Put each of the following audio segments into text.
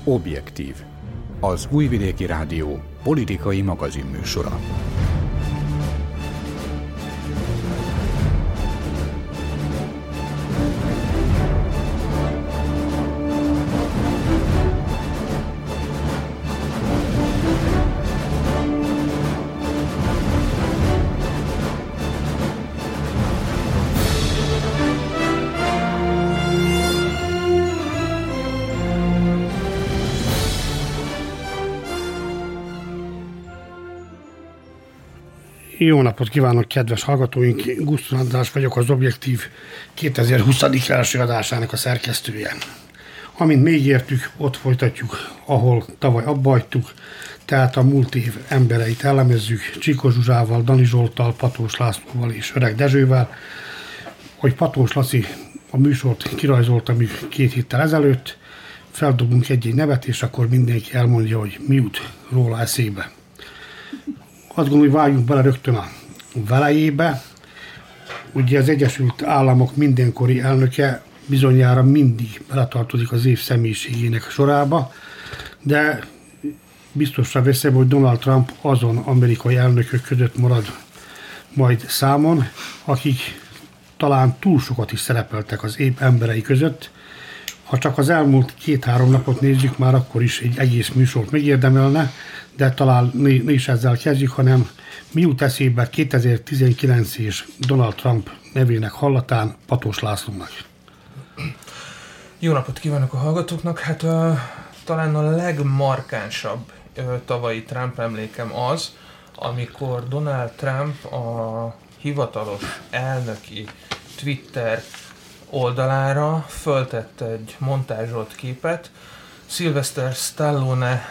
Objektív. Az Újvidéki Rádió politikai magazinműsora. Jó napot kívánok, kedves hallgatóink! Gusztus András vagyok, az Objektív 2020. első adásának a szerkesztője. Amint még értük, ott folytatjuk, ahol tavaly abbahagytuk, tehát a múlt év embereit elemezzük Csikós Zsuzsával, Dani Zsolttal, Patós Lászlóval és Öreg Dezsővel. Hogy Patós Laci a műsort kirajzolta még 2 héttel ezelőtt, feldobunk egy nevet, és akkor mindenki elmondja, hogy mi jut róla eszébe. Azt gondolom, hogy vágjunk bele rögtön a velejébe. Ugye az Egyesült Államok mindenkori elnöke bizonyára mindig beletartozik az év személyiségének sorába, de biztosra veszem, hogy Donald Trump azon amerikai elnökök között marad majd számon, akik talán túl sokat is szerepeltek az év emberei között. Ha csak az elmúlt 2-3 napot nézzük, már akkor is egy egész műsort megérdemelne, de talán ne is ezzel kezdjük, hanem mi jut eszébe 2019 és Donald Trump nevének hallatán Patós Lászlónak. Jó napot kívánok a hallgatóknak! Hát talán a legmarkánsabb tavalyi Trump emlékem az, amikor Donald Trump a hivatalos elnöki Twitter oldalára föltette egy montázsolt képet Sylvester Stallone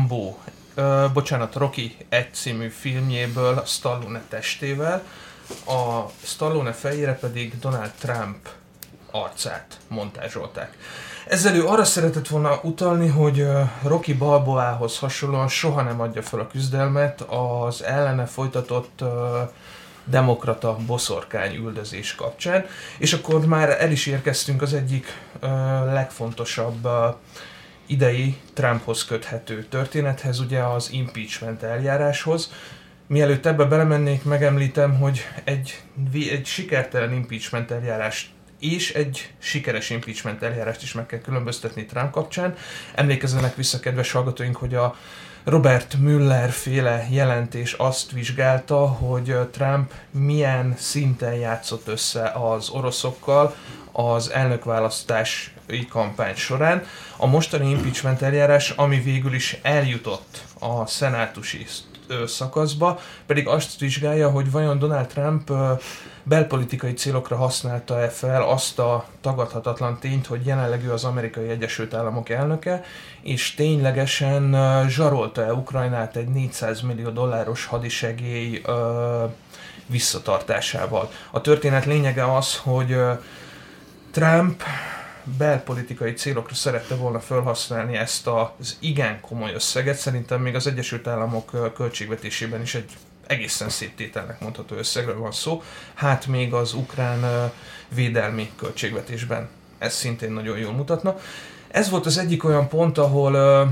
Rocky 1 című filmjéből Stallone testével, a Stallone fejére pedig Donald Trump arcát montázsolták. Ezzel ő arra szeretett volna utalni, hogy Rocky Balboához hasonlóan soha nem adja fel a küzdelmet az ellene folytatott demokrata boszorkány üldözés kapcsán, és akkor már el is érkeztünk az egyik legfontosabb idei Trumphoz köthető történethez, ugye az impeachment eljáráshoz. Mielőtt ebbe belemennék, megemlítem, hogy egy sikertelen impeachment eljárást és egy sikeres impeachment eljárást is meg kell különböztetni Trump kapcsán. Emlékezzenek vissza, kedves hallgatóink, hogy a Robert Mueller féle jelentés azt vizsgálta, hogy Trump milyen szinten játszott össze az oroszokkal az elnökválasztási kampány során. A mostani impeachment eljárás, ami végül is eljutott a szenátusi szakaszba, pedig azt vizsgálja, hogy vajon Donald Trump belpolitikai célokra használta-e fel azt a tagadhatatlan tényt, hogy jelenleg ő az Amerikai Egyesült Államok elnöke, és ténylegesen zsarolta-e Ukrajnát egy $400 millió hadisegély visszatartásával. A történet lényege az, hogy Trump belpolitikai célokra szerette volna felhasználni ezt az igen komoly összeget. Szerintem még az Egyesült Államok költségvetésében is egy egészen szép tételnek mondható összegről van szó. Hát még az ukrán védelmi költségvetésben ez szintén nagyon jól mutatna. Ez volt az egyik olyan pont, ahol,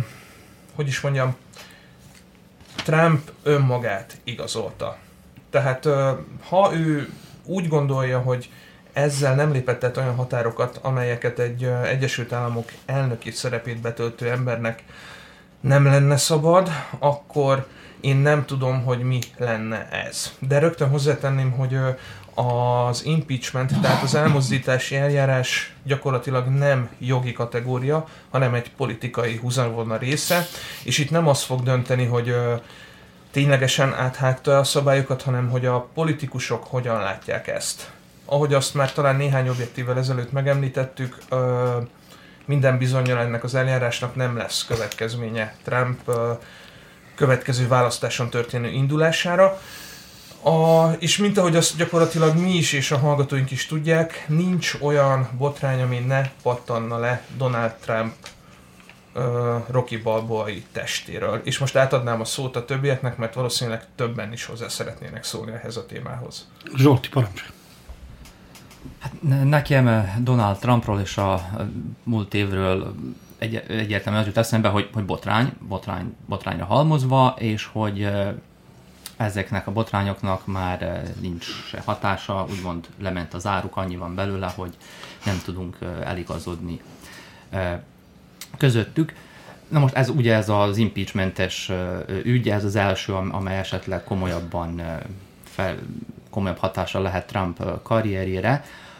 Trump önmagát igazolta. Tehát ha ő úgy gondolja, hogy ezzel nem lépett át olyan határokat, amelyeket egy Egyesült Államok elnöki szerepét betöltő embernek nem lenne szabad, akkor én nem tudom, hogy mi lenne ez. De rögtön hozzátenném, hogy az impeachment, tehát az elmozdítási eljárás gyakorlatilag nem jogi kategória, hanem egy politikai húzavona része, és itt nem az fog dönteni, hogy ténylegesen áthágta a szabályokat, hanem hogy a politikusok hogyan látják ezt. Ahogy azt már talán néhány objektívvel ezelőtt megemlítettük, minden bizonnyal ennek az eljárásnak nem lesz következménye Trump következő választáson történő indulására. És mint ahogy azt gyakorlatilag mi is és a hallgatóink is tudják, nincs olyan botrány, ami ne pattanna le Donald Trump Rocky Balboai testéről. És most átadnám a szót a többieknek, mert valószínűleg többen is hozzá szeretnének szólni ehhez a témához. Zsolti, parancsolj! Hát nekem Donald Trumpról és a múlt évről egyértelműen az jut eszembe, hogy botrányra halmozva, és hogy ezeknek a botrányoknak már nincs se hatása, úgymond lement az áruk, annyi van belőle, hogy nem tudunk eligazodni közöttük. Na most ez az impeachmentes ügy, ez az első, amely esetleg komolyabb hatással lehet Trump karrierjére.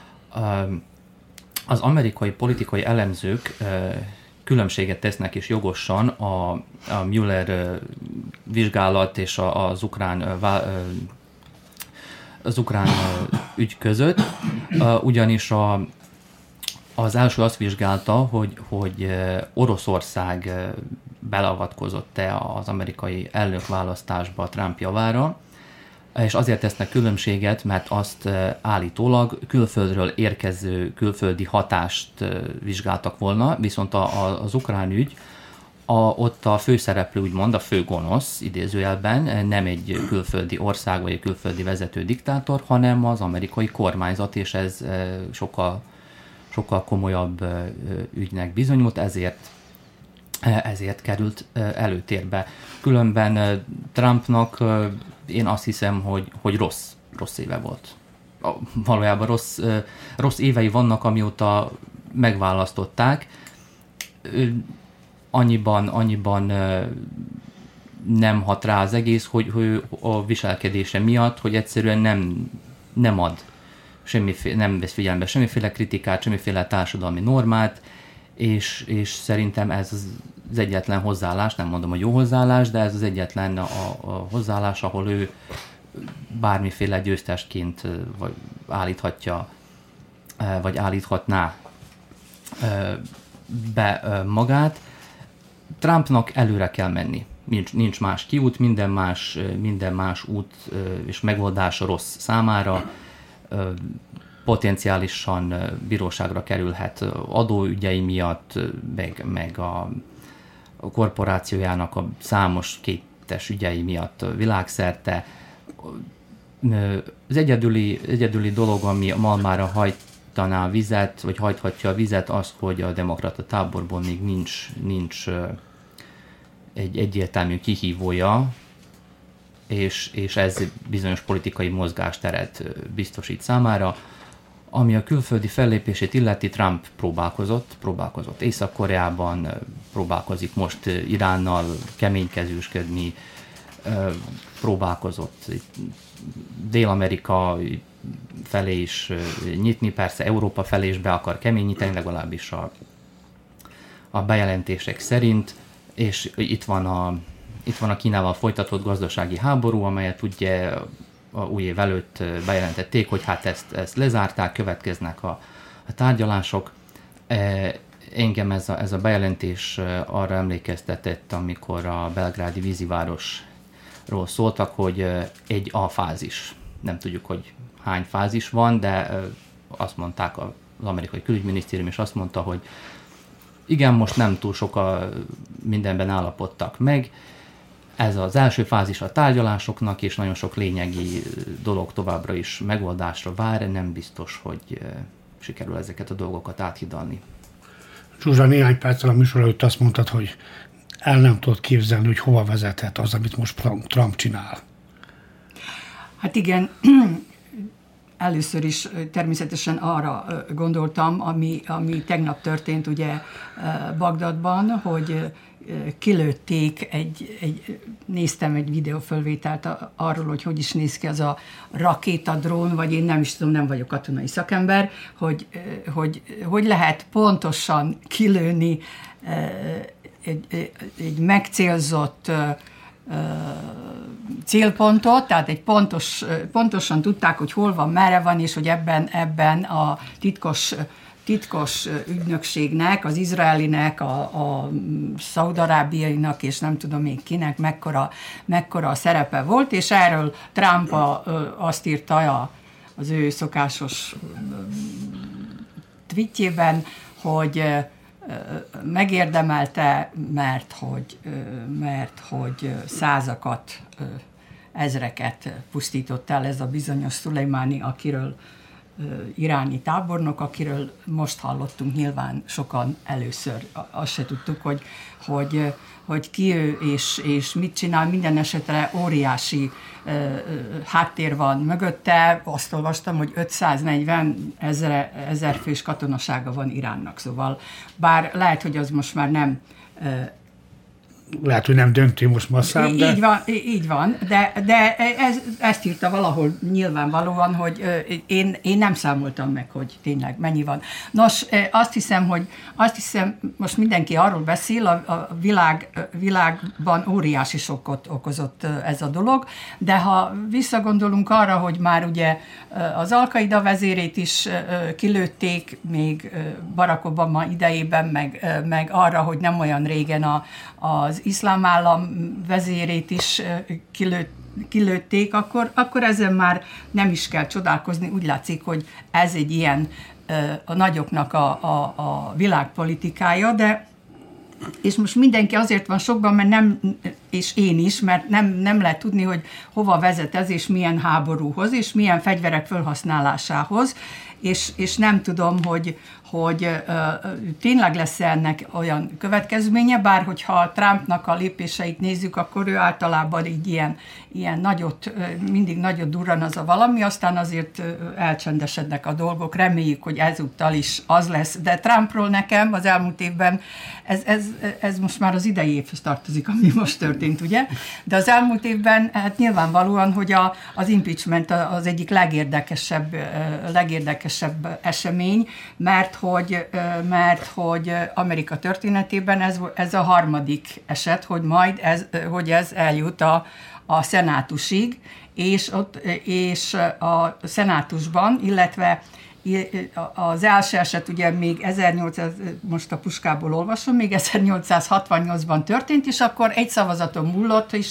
Az amerikai politikai elemzők különbséget tesznek és jogosan a Mueller vizsgálat és az ukrán ügy között, ugyanis az első azt vizsgálta, hogy Oroszország beleavatkozott-e az amerikai elnökválasztásba Trump javára, és azért tesznek különbséget, mert azt állítólag külföldről érkező külföldi hatást vizsgáltak volna, viszont az ukrán ügy, ott a főszereplő, úgymond a főgonosz idézőjelben nem egy külföldi ország vagy egy külföldi vezető diktátor, hanem az amerikai kormányzat, és ez sokkal komolyabb ügynek bizonyult, ezért került előtérbe. Különben Trumpnak én azt hiszem, hogy rossz éve volt. Valójában rossz évei vannak, amióta megválasztották. Annyiban nem hat rá az egész, hogy a viselkedése miatt, hogy egyszerűen nem ad nem vesz figyelembe semmiféle kritikát, semmiféle társadalmi normát, és szerintem ez az egyetlen hozzáállás, nem mondom, hogy jó hozzáállás, de ez az egyetlen a hozzáállás, ahol ő bármiféle győztesként állíthatja, vagy állíthatná be magát. Trumpnak előre kell menni. Nincs más kiút, minden más út és megoldás rossz számára. Potenciálisan bíróságra kerülhet adóügyei miatt, meg a korporációjának a számos kétes ügyei miatt világszerte. Az egyedüli dolog, ami Malmára hajtaná a vizet, vagy hajthatja a vizet, az, hogy a demokrata táborból még nincs egy egyértelmű kihívója, és ez bizonyos politikai mozgásteret biztosít számára. Ami a külföldi fellépését illeti, Trump próbálkozott Észak-Koreában, próbálkozik most Iránnal keménykezősködni, próbálkozott Dél-Amerika felé is nyitni, persze Európa felé is be akar keményíteni, legalábbis a bejelentések szerint, és itt van a Kínával folytatott gazdasági háború, amelyet ugye a új év előtt bejelentették, hogy hát ezt lezárták, következnek a tárgyalások. Engem ez a bejelentés arra emlékeztetett, amikor a belgrádi vízivárosról szóltak, hogy egy A fázis. Nem tudjuk, hogy hány fázis van, de azt mondták az amerikai külügyminisztérium, és azt mondta, hogy igen, most nem túl sok mindenben állapodtak meg. Ez az első fázis a tárgyalásoknak, és nagyon sok lényegi dolog továbbra is megoldásra vár, nem biztos, hogy sikerül ezeket a dolgokat áthidalni. Zsuzsa, néhány perccel a műsor előtt azt mondtad, hogy el nem tudod képzelni, hogy hova vezethet az, amit most Trump csinál. Hát igen, először is természetesen arra gondoltam, ami tegnap történt ugye Bagdadban, hogy kilőtték néztem egy videófölvételt arról, hogy is néz ki az a rakétadrón, vagy én nem is tudom, nem vagyok katonai szakember, hogy lehet pontosan kilőni egy megcélzott célpontot, tehát pontosan tudták, hogy hol van, merre van, és hogy ebben a titkos ügynökségnek, az izraelinek, a szaudarábiainak, és nem tudom még kinek mekkora a szerepe volt, és erről Trump azt írta az ő szokásos tweetjében, hogy megérdemelte, mert hogy százakat, ezreket pusztított el ez a bizonyos Szulejmáni, akiről iráni tábornok, akiről most hallottunk nyilván sokan először. Azt se tudtuk, hogy ki ő és mit csinál. Minden esetre óriási háttér van mögötte. Azt olvastam, hogy 540 ezer fős katonasága van Iránnak. Szóval bár lehet, hogy az most már nem lehet, hogy nem döntő most ma szám, de... Így van, de ezt írta valahol nyilvánvalóan, hogy én nem számoltam meg, hogy tényleg mennyi van. Nos, azt hiszem, most mindenki arról beszél, a világban óriási sokkot okozott ez a dolog, de ha visszagondolunk arra, hogy már ugye az Al-Qaida vezérét is kilőtték még Barack Obama idejében, meg arra, hogy nem olyan régen az iszlám állam vezérét is kilőtték, akkor ezen már nem is kell csodálkozni. Úgy látszik, hogy ez egy ilyen a nagyoknak a világpolitikája, de és most mindenki azért van sokban, mert nem, és én is, mert nem lehet tudni, hogy hova vezet ez, és milyen háborúhoz, és milyen fegyverek felhasználásához, és nem tudom, hogy tényleg lesz ennek olyan következménye, bár hogyha Trumpnak a lépéseit nézzük, akkor ő általában így ilyen nagyot, mindig nagyot durran az a valami, aztán azért elcsendesednek a dolgok, reméljük, hogy ezúttal is az lesz, de Trumpról nekem az elmúlt évben, ez most már az idei évhez tartozik, ami most történt, ugye? De az elmúlt évben hát nyilvánvalóan, hogy az impeachment az egyik legérdekesebb esemény, mert hogy Amerika történetében ez a harmadik eset, hogy ez eljut a szenátusig, és a szenátusban, illetve az első eset ugye még most a puskából olvasom, még 1868-ban történt, és akkor egy szavazaton múlott, és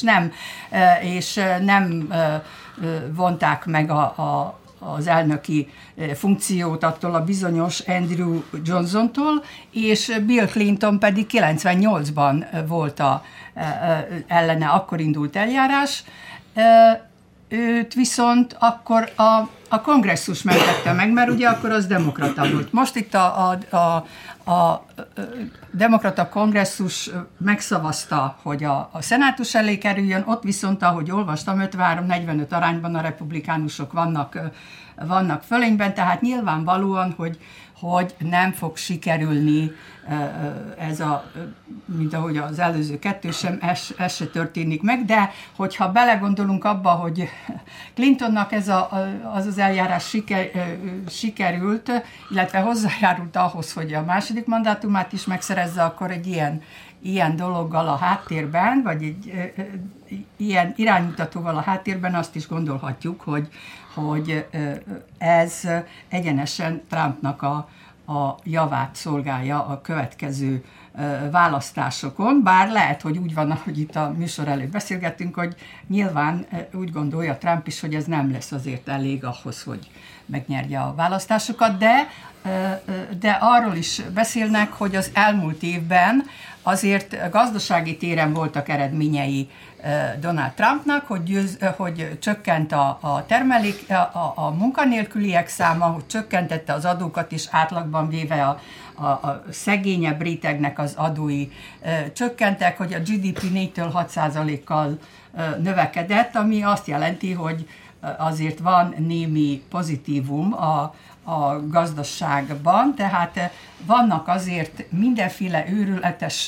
nem vonták meg az elnöki funkciót attól a bizonyos Andrew Johnsontól, és Bill Clinton pedig 98-ban volt ellene, akkor indult eljárás. Őt viszont akkor a kongresszus mentette meg, mert ugye akkor az demokrata volt. Most itt a demokrata kongresszus megszavazta, hogy a szenátus elé kerüljön, ott viszont, ahogy olvastam, 53-45 arányban a republikánusok vannak fölényben, tehát nyilvánvalóan, hogy nem fog sikerülni ez mint ahogy az előző kettő sem, ez se történik meg, de hogyha belegondolunk abba, hogy Clintonnak az eljárás sikerült, illetve hozzájárult ahhoz, hogy a második mandátumát is megszerezze, akkor egy ilyen dologgal a háttérben, vagy egy ilyen iránymutatóval a háttérben azt is gondolhatjuk, hogy ez egyenesen Trumpnak a javát szolgálja a következő választásokon, bár lehet, hogy úgy van, ahogy itt a műsor előtt beszélgettünk, hogy nyilván úgy gondolja Trump is, hogy ez nem lesz azért elég ahhoz, hogy megnyerje a választásokat, de arról is beszélnek, hogy az elmúlt évben azért gazdasági téren voltak eredményei Donald Trumpnak, hogy csökkent a munkanélküliek száma, hogy csökkentette az adókat, és átlagban véve a szegényebb rétegnek az adói csökkentek, hogy a GDP 4-től 6%-kal növekedett, ami azt jelenti, hogy azért van némi pozitívum a gazdaságban, tehát vannak azért mindenféle őrületes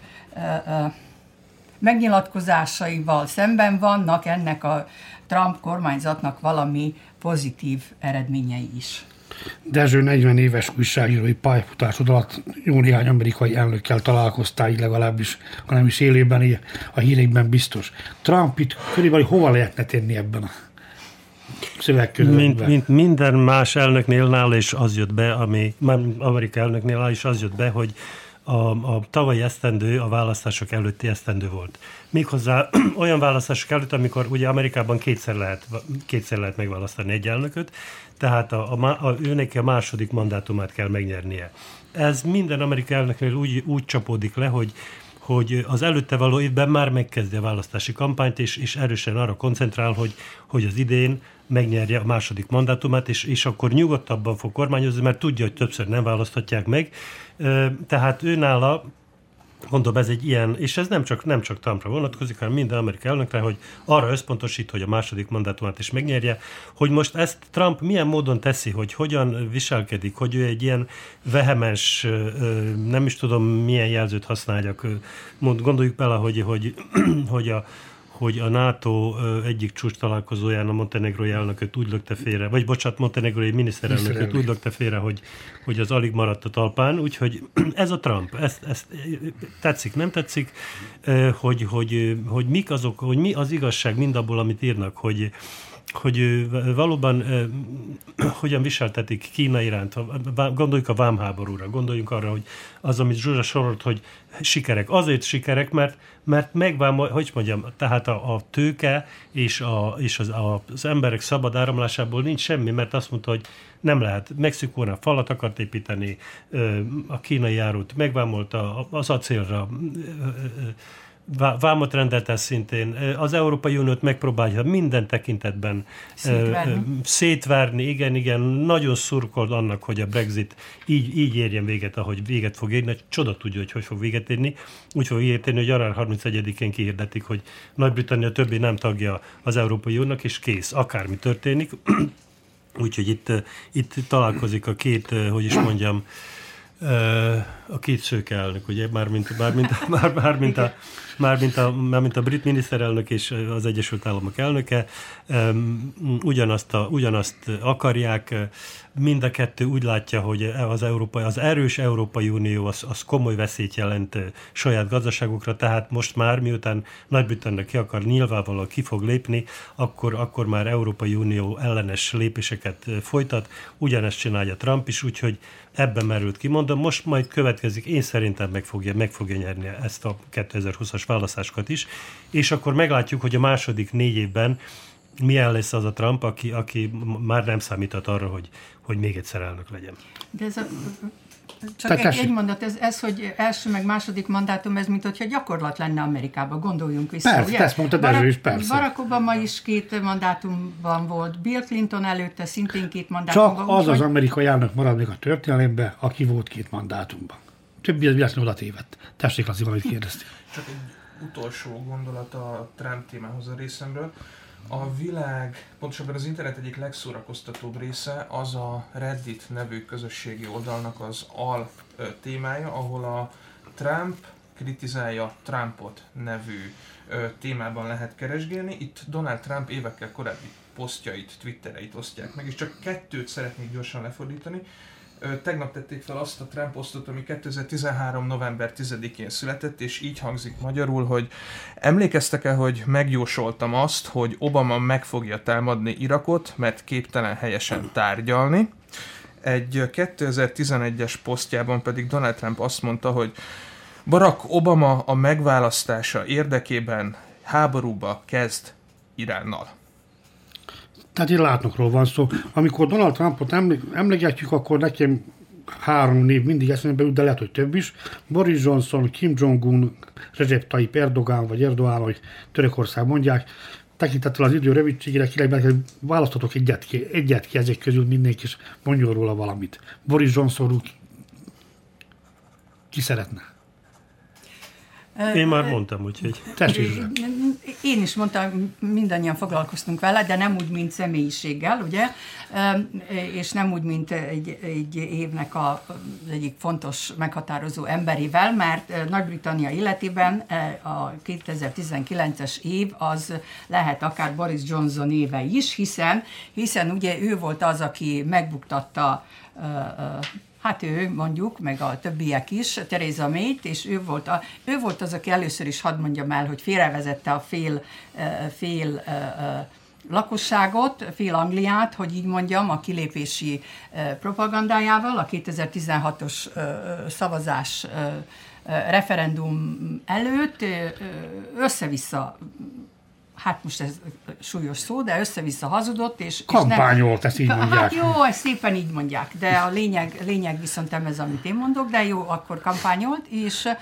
megnyilatkozásaival szemben vannak ennek a Trump kormányzatnak valami pozitív eredményei is. Dezső 40 éves újságírói pályafutásod alatt jó néhány amerikai elnökkel találkoztál, így legalábbis, hanem is élében, a hírekben biztos. Trump itt körülbelül hova lehetne tenni ebben a szövegkörülben? Mint minden más elnöknél nála is az jött be, Amerika elnöknél is az jött be, hogy a tavalyi esztendő a választások előtti esztendő volt. Méghozzá olyan választások előtt, amikor ugye Amerikában kétszer lehet megválasztani egy elnököt, tehát őnek a második mandátumát kell megnyernie. Ez minden amerikai elnöknél úgy csapódik le, hogy az előtte való évben már megkezdi a választási kampányt, és erősen arra koncentrál, hogy az idén megnyerje a második mandátumát, és akkor nyugodtabban fog kormányozni, mert tudja, hogy többször nem választhatják meg. Tehát őnála, mondom, ez egy ilyen, és ez nem csak Trumpra vonatkozik, hanem minden amerikai elnökre, hogy arra összpontosít, hogy a második mandátumát is megnyerje, hogy most ezt Trump milyen módon teszi, hogy hogyan viselkedik, hogy ő egy ilyen vehemens, nem is tudom milyen jelzőt használjak, gondoljuk bele, hogy a NATO egyik csúcs találkozóján a montenegrói elnököt úgy lökte félre, vagy bocsánat, montenegrói miniszterelnököt úgy lökte félre, hogy az alig maradt a talpán, úgyhogy ez a Trump, ezt tetszik, nem tetszik, hogy mik azok, hogy mi az igazság mindabból, amit írnak, hogy valóban hogyan viseltetik Kína iránt. Gondoljuk a vámháborúra, gondoljunk arra, hogy az, amit Zsuzsa sorolt, hogy sikerek. Azért sikerek, mert hogy mondjam, tehát a tőke és az emberek szabad áramlásából nincs semmi, mert azt mondta, hogy nem lehet. Mexikónál falat akart építeni, a kínai árut megvámolta, az acélra vámot rendelt el szintén, az Európai Uniót megpróbálja minden tekintetben szétverni. Igen, nagyon szurkolt annak, hogy a Brexit így érjen véget, ahogy véget fog érni, csoda tudja, hogy fog véget érni. Úgy fog véget érni, hogy január 31-én kihirdetik, hogy Nagy-Britannia többé nem tagja az Európai Uniónak, és kész, akármi történik. Úgyhogy itt találkozik a két, hogy is mondjam, a két szőke elnök, ugye, mármint a brit miniszterelnök és az Egyesült Államok elnöke, ugyanazt akarják, mind a kettő úgy látja, hogy az erős Európai Unió az komoly veszélyt jelent saját gazdaságukra, tehát most már, miután Nagy-Britannia ki akar, nyilvánvalóan ki fog lépni, akkor már Európai Unió ellenes lépéseket folytat, ugyanezt csinálja Trump is, úgyhogy ebben merült ki. Mondom, most majd következik, én szerintem meg fogja nyerni ezt a 2020-as választásokat is, és akkor meglátjuk, hogy a második 4 évben milyen lesz az a Trump, aki már nem számíthat arra, hogy még egyszer elnök legyen. De ez csak egy mondat, ez, hogy első meg második mandátum, ez mint hogyha gyakorlat lenne Amerikában, gondoljunk vissza. Persze, ugye? Ezt mondtad Dezső is, persze. Barack Obama is 2 mandátumban volt, Bill Clinton előtte szintén 2 mandátumban. Csak az amerikai elnök marad még a történelemben, aki volt 2 mandátumban. Többi az oda tévedt. Tessék, Laci, valamit kérdeztél. Csak egy utolsó gondolat a Trump témához a részemről. A világ, pontosabban az internet egyik legszórakoztatóbb része az a Reddit nevű közösségi oldalnak az témája, ahol a Trump kritizálja Trumpot nevű témában lehet keresgélni. Itt Donald Trump évekkel korábbi posztjait, twittereit osztják meg, és csak 2 szeretnék gyorsan lefordítani. Tegnap tették fel azt a Trump posztot, ami 2013. november 10-én született, és így hangzik magyarul, hogy emlékeztek-e, hogy megjósoltam azt, hogy Obama meg fogja támadni Irakot, mert képtelen helyesen tárgyalni. Egy 2011-es posztjában pedig Donald Trump azt mondta, hogy Barack Obama a megválasztása érdekében háborúba kezd Iránnal. Tehát itt látnokról van szó. Amikor Donald Trumpot emlegetjük, akkor nekem 3 név mindig eszembe jut, de lehet, hogy több is. Boris Johnson, Kim Jong-un, Recep Tayyip Erdogan, vagy Erdogan, ahogy Törökország mondják. Tekintettel az idő rövidségére kérlek, választatok egyet ki ezek közül, mindenki is mondjon róla valamit. Boris Johnson ki szeretne? Én már mondtam, úgyhogy... Én is mondtam, mindannyian foglalkoztunk vele, de nem úgy, mint személyiséggel, ugye? És nem úgy, mint egy évnek az egyik fontos meghatározó emberével, mert Nagy-Britannia életében a 2019-es év az lehet akár Boris Johnson éve is, hiszen ugye ő volt az, aki megbuktatta hát ő mondjuk, meg a többiek is, Theresa May-t, és ő volt az, aki először is, hadd mondjam el, hogy félrevezette a fél lakosságot, fél Angliát, hogy így mondjam, a kilépési propagandájával, a 2016-os szavazás referendum előtt össze-vissza, hát most ez súlyos szó, de össze-vissza hazudott, és kampányolt, ezt így mondják. Hát jó, ezt szépen így mondják, de a lényeg viszont nem ez, amit én mondok, de jó, akkor kampányolt,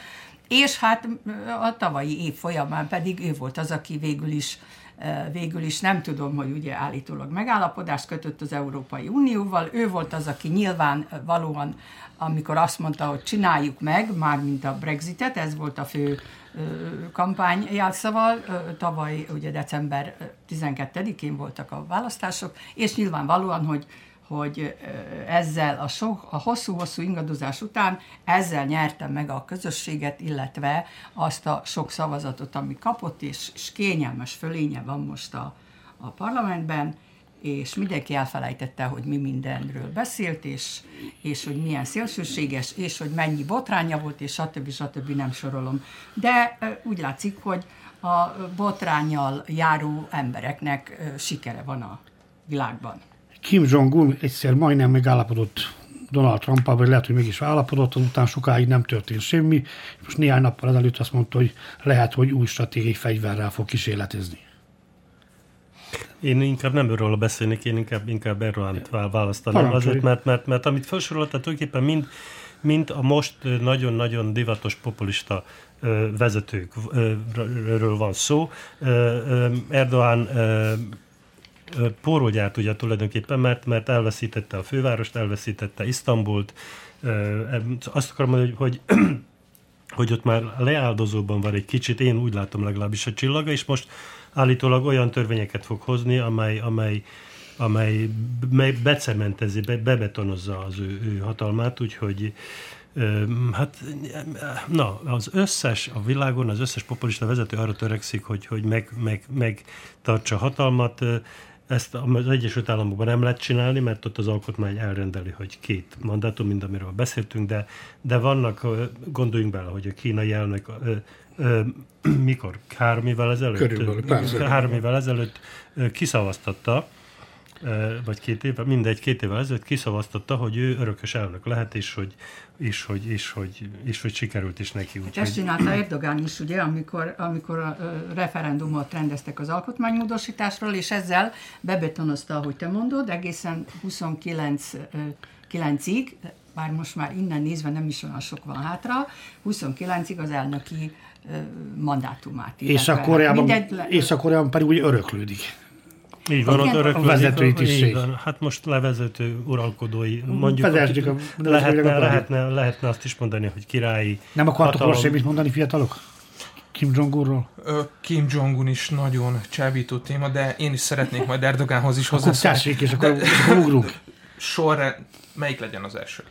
És hát a tavalyi év folyamán pedig ő volt az, aki végül is nem tudom, hogy ugye állítólag megállapodást kötött az Európai Unióval, ő volt az, aki nyilvánvalóan, amikor azt mondta, hogy csináljuk meg, mármint a Brexitet, ez volt a fő kampány jelszaval, tavaly ugye december 12-én voltak a választások, és nyilvánvalóan, hogy ezzel a hosszú-hosszú ingadozás után ezzel nyerte meg a közösséget, illetve azt a sok szavazatot, ami kapott, és kényelmes fölénye van most a parlamentben, és mindenki elfelejtette, hogy mi mindenről beszélt, és hogy milyen szélsőséges, és hogy mennyi botránya volt, és stb. Nem sorolom. De úgy látszik, hogy a botránnyal járó embereknek sikere van a világban. Kim Jong-un egyszer majdnem megállapodott Donald Trumppal, vagy lehet, hogy mégis állapodott, azután sokáig nem történt semmi, és most néhány nappal ezelőtt azt mondta, hogy lehet, hogy új stratégiai fegyverrel fog kísérletezni. Én inkább nem erről beszélnék, én inkább Erdoğant választanám. Azért, mert amit felsoroltál, tulajdonképpen mind a most nagyon-nagyon divatos populista vezetőkről van szó. Erdoğan pórolgyárt ugye tulajdonképpen, mert elveszítette a fővárost, elveszítette Isztambult. Azt akarom mondani, hogy ott már leáldozóban van egy kicsit, én úgy látom legalábbis a csillaga, és most állítólag olyan törvényeket fog hozni, amely becementezi, bebetonozza az ő hatalmát, úgyhogy az összes a világon, az összes populista vezető arra törekszik, hogy megtartsa hatalmat. Ezt az Egyesült Államokban nem lehet csinálni, mert ott az alkotmány elrendeli, hogy 2 mandátum, mind amiről beszéltünk, de vannak, gondoljunk bele, hogy a kínai elnök mikor? 3 évvel ezelőtt? Körülbelül, 3 évvel ezelőtt kiszavaztatta, vagy 2 évvel, mindegy, 2 évvel ezelőtt kiszavaztatta, hogy ő örökös elnök lehet, és hogy sikerült is neki. Ezt csinálta Erdogan is, ugye, amikor a referendumot rendeztek az alkotmánymódosításról, és ezzel bebetonozta, ahogy te mondod, egészen 29-ig, bár most már innen nézve nem is olyan sok van hátra, 29-ig az elnöki mandátumát. Észak-Koreában pedig úgy öröklődik. Így van, ott öröklődik. A vezetői tisztség. Hát most levezető uralkodói, mondjuk, lehetne azt is mondani, hogy királyi nem akartok róla semmit mondani, fiatalok? Kim Jong-unról? Kim Jong-un is nagyon csábító téma, de én is szeretnék majd Erdogánhoz is hozzászólni. Tessék, és akkor ugrunk. Sorra, melyik legyen az első?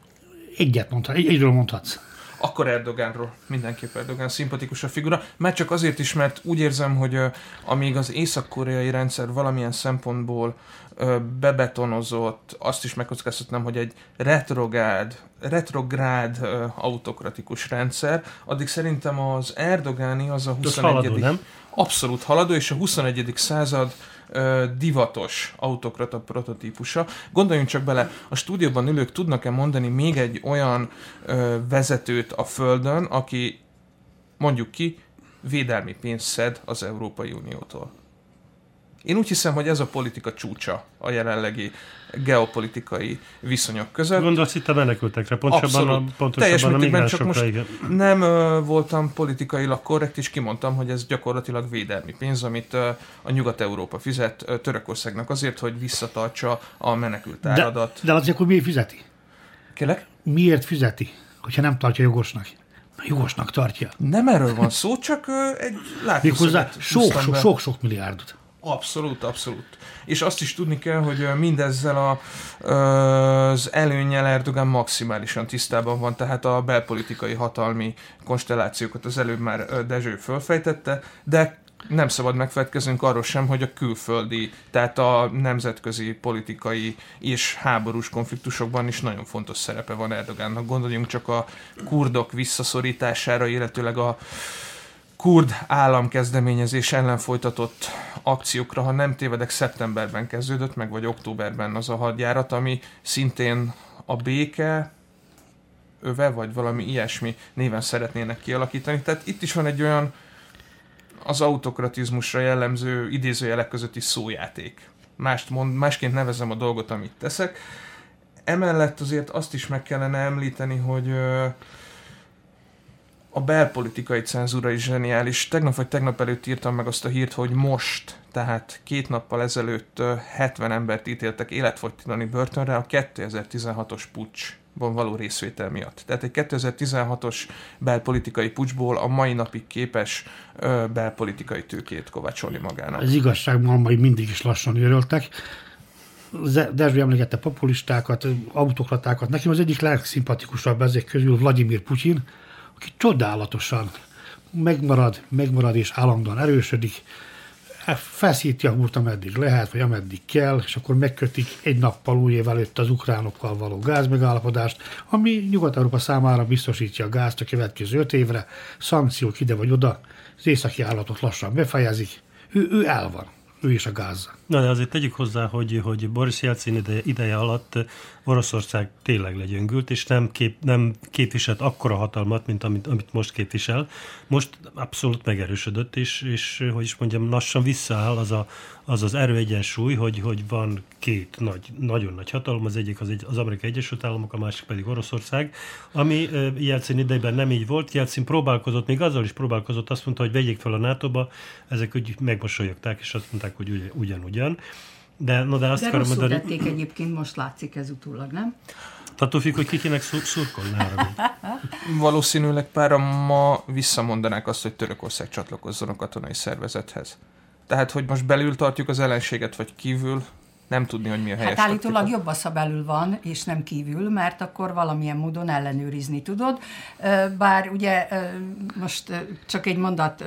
Egyről mondhatsz. Akkor Erdogánról, mindenképp Erdogán szimpatikus a figura, már csak azért is, mert úgy érzem, hogy amíg az észak-koreai rendszer valamilyen szempontból bebetonozott, azt is megkockáztatnám, hogy egy retrográd autokratikus rendszer, addig szerintem az Erdogáni az a 21. Haladó, nem? Abszolút haladó, és a 21. század divatos autokrata prototípusa. Gondoljunk csak bele, a stúdióban ülők tudnak-e mondani még egy olyan vezetőt a Földön, aki, mondjuk ki, védelmi pénzt szed az Európai Uniótól. Én úgy hiszem, hogy ez a politika csúcsa a jelenlegi geopolitikai viszonyok között. Gondolsz itt a menekültekre, pontosabban a migránsokra, igen. Nem voltam politikailag korrekt, és kimondtam, hogy ez gyakorlatilag védelmi pénz, amit a Nyugat-Európa fizet Törökországnak azért, hogy visszatartsa a menekült áradat. De azért akkor miért fizeti? Kérlek? Miért fizeti, hogyha nem tartja jogosnak? Jogosnak tartja. Nem erről van szó, csak egy látószöget. Sok milliárdot. Abszolút. És azt is tudni kell, hogy mindezzel az előnnyel Erdogan maximálisan tisztában van, tehát a belpolitikai hatalmi konstellációkat az előbb már Dezső fölfejtette, de nem szabad megfeledkeznünk arról sem, hogy a külföldi, tehát a nemzetközi politikai és háborús konfliktusokban is nagyon fontos szerepe van Erdogannak. Gondoljunk csak a kurdok visszaszorítására, illetőleg a kurd államkezdeményezés ellen folytatott akciókra, ha nem tévedek, szeptemberben kezdődött, meg vagy októberben az a hadjárat, ami szintén a béke öve, vagy valami ilyesmi néven szeretnének kialakítani. Tehát itt is van egy olyan az autokratizmusra jellemző idézőjelek közötti szójáték. Másként nevezem a dolgot, amit teszek. Emellett azért azt is meg kellene említeni, hogy A belpolitikai cenzúra is zseniális. Tegnap vagy tegnap előtt írtam meg azt a hírt, hogy most, tehát 2 nappal ezelőtt 70 embert ítéltek életfogytiglani börtönre a 2016-os puccsban való részvétel miatt. Tehát egy 2016-os belpolitikai puccsból a mai napig képes belpolitikai tőkét kovácsolni magának. Az igazságmalmai mindig is lassan őröltek. Dezső emlegette populistákat, autokratákat. Nekem az egyik legszimpatikusabb ezek közül Vladimir Putyin, aki csodálatosan megmarad és állandóan erősödik, feszíti a húrt, ameddig lehet, vagy ameddig kell, és akkor megkötik egy nappal új év előtt az ukránokkal való gázmegállapodást, ami Nyugat-Európa számára biztosítja a gázt a következő 5 évre, szankciók ide vagy oda, az északi állatot lassan befejezik, ő el van, ő is a gázzal. Na, de azért tegyük hozzá, hogy Boris Jelcin ideje alatt Oroszország tényleg legyöngült, és nem képviselt akkora hatalmat, mint amit most képvisel. Most abszolút megerősödött, és hogy is mondjam, lassan visszaáll az erőegyensúly, hogy van 2 nagyon nagy hatalom, az egyik az Amerikai Egyesült Államok, a másik pedig Oroszország, ami Jelcin idejében nem így volt. Jelcin próbálkozott, még azzal is próbálkozott, azt mondta, hogy vegyék fel a NATO-ba, ezek úgy megmosolyogták, és azt mondták, hogy ugyanúgy. De azt de rosszul tették egyébként, most látszik ez utólag, nem? Attól függ, hogy kikinek szurkolni. Valószínűleg páran ma visszamondanák azt, hogy Törökország csatlakozzon a katonai szervezethez. Tehát, hogy most belül tartjuk az ellenséget, vagy kívül, nem tudni, hogy mi a helyes. Hát állítólag jobb az, ha belül van, és nem kívül, mert akkor valamilyen módon ellenőrizni tudod. Bár ugye most csak egy mondat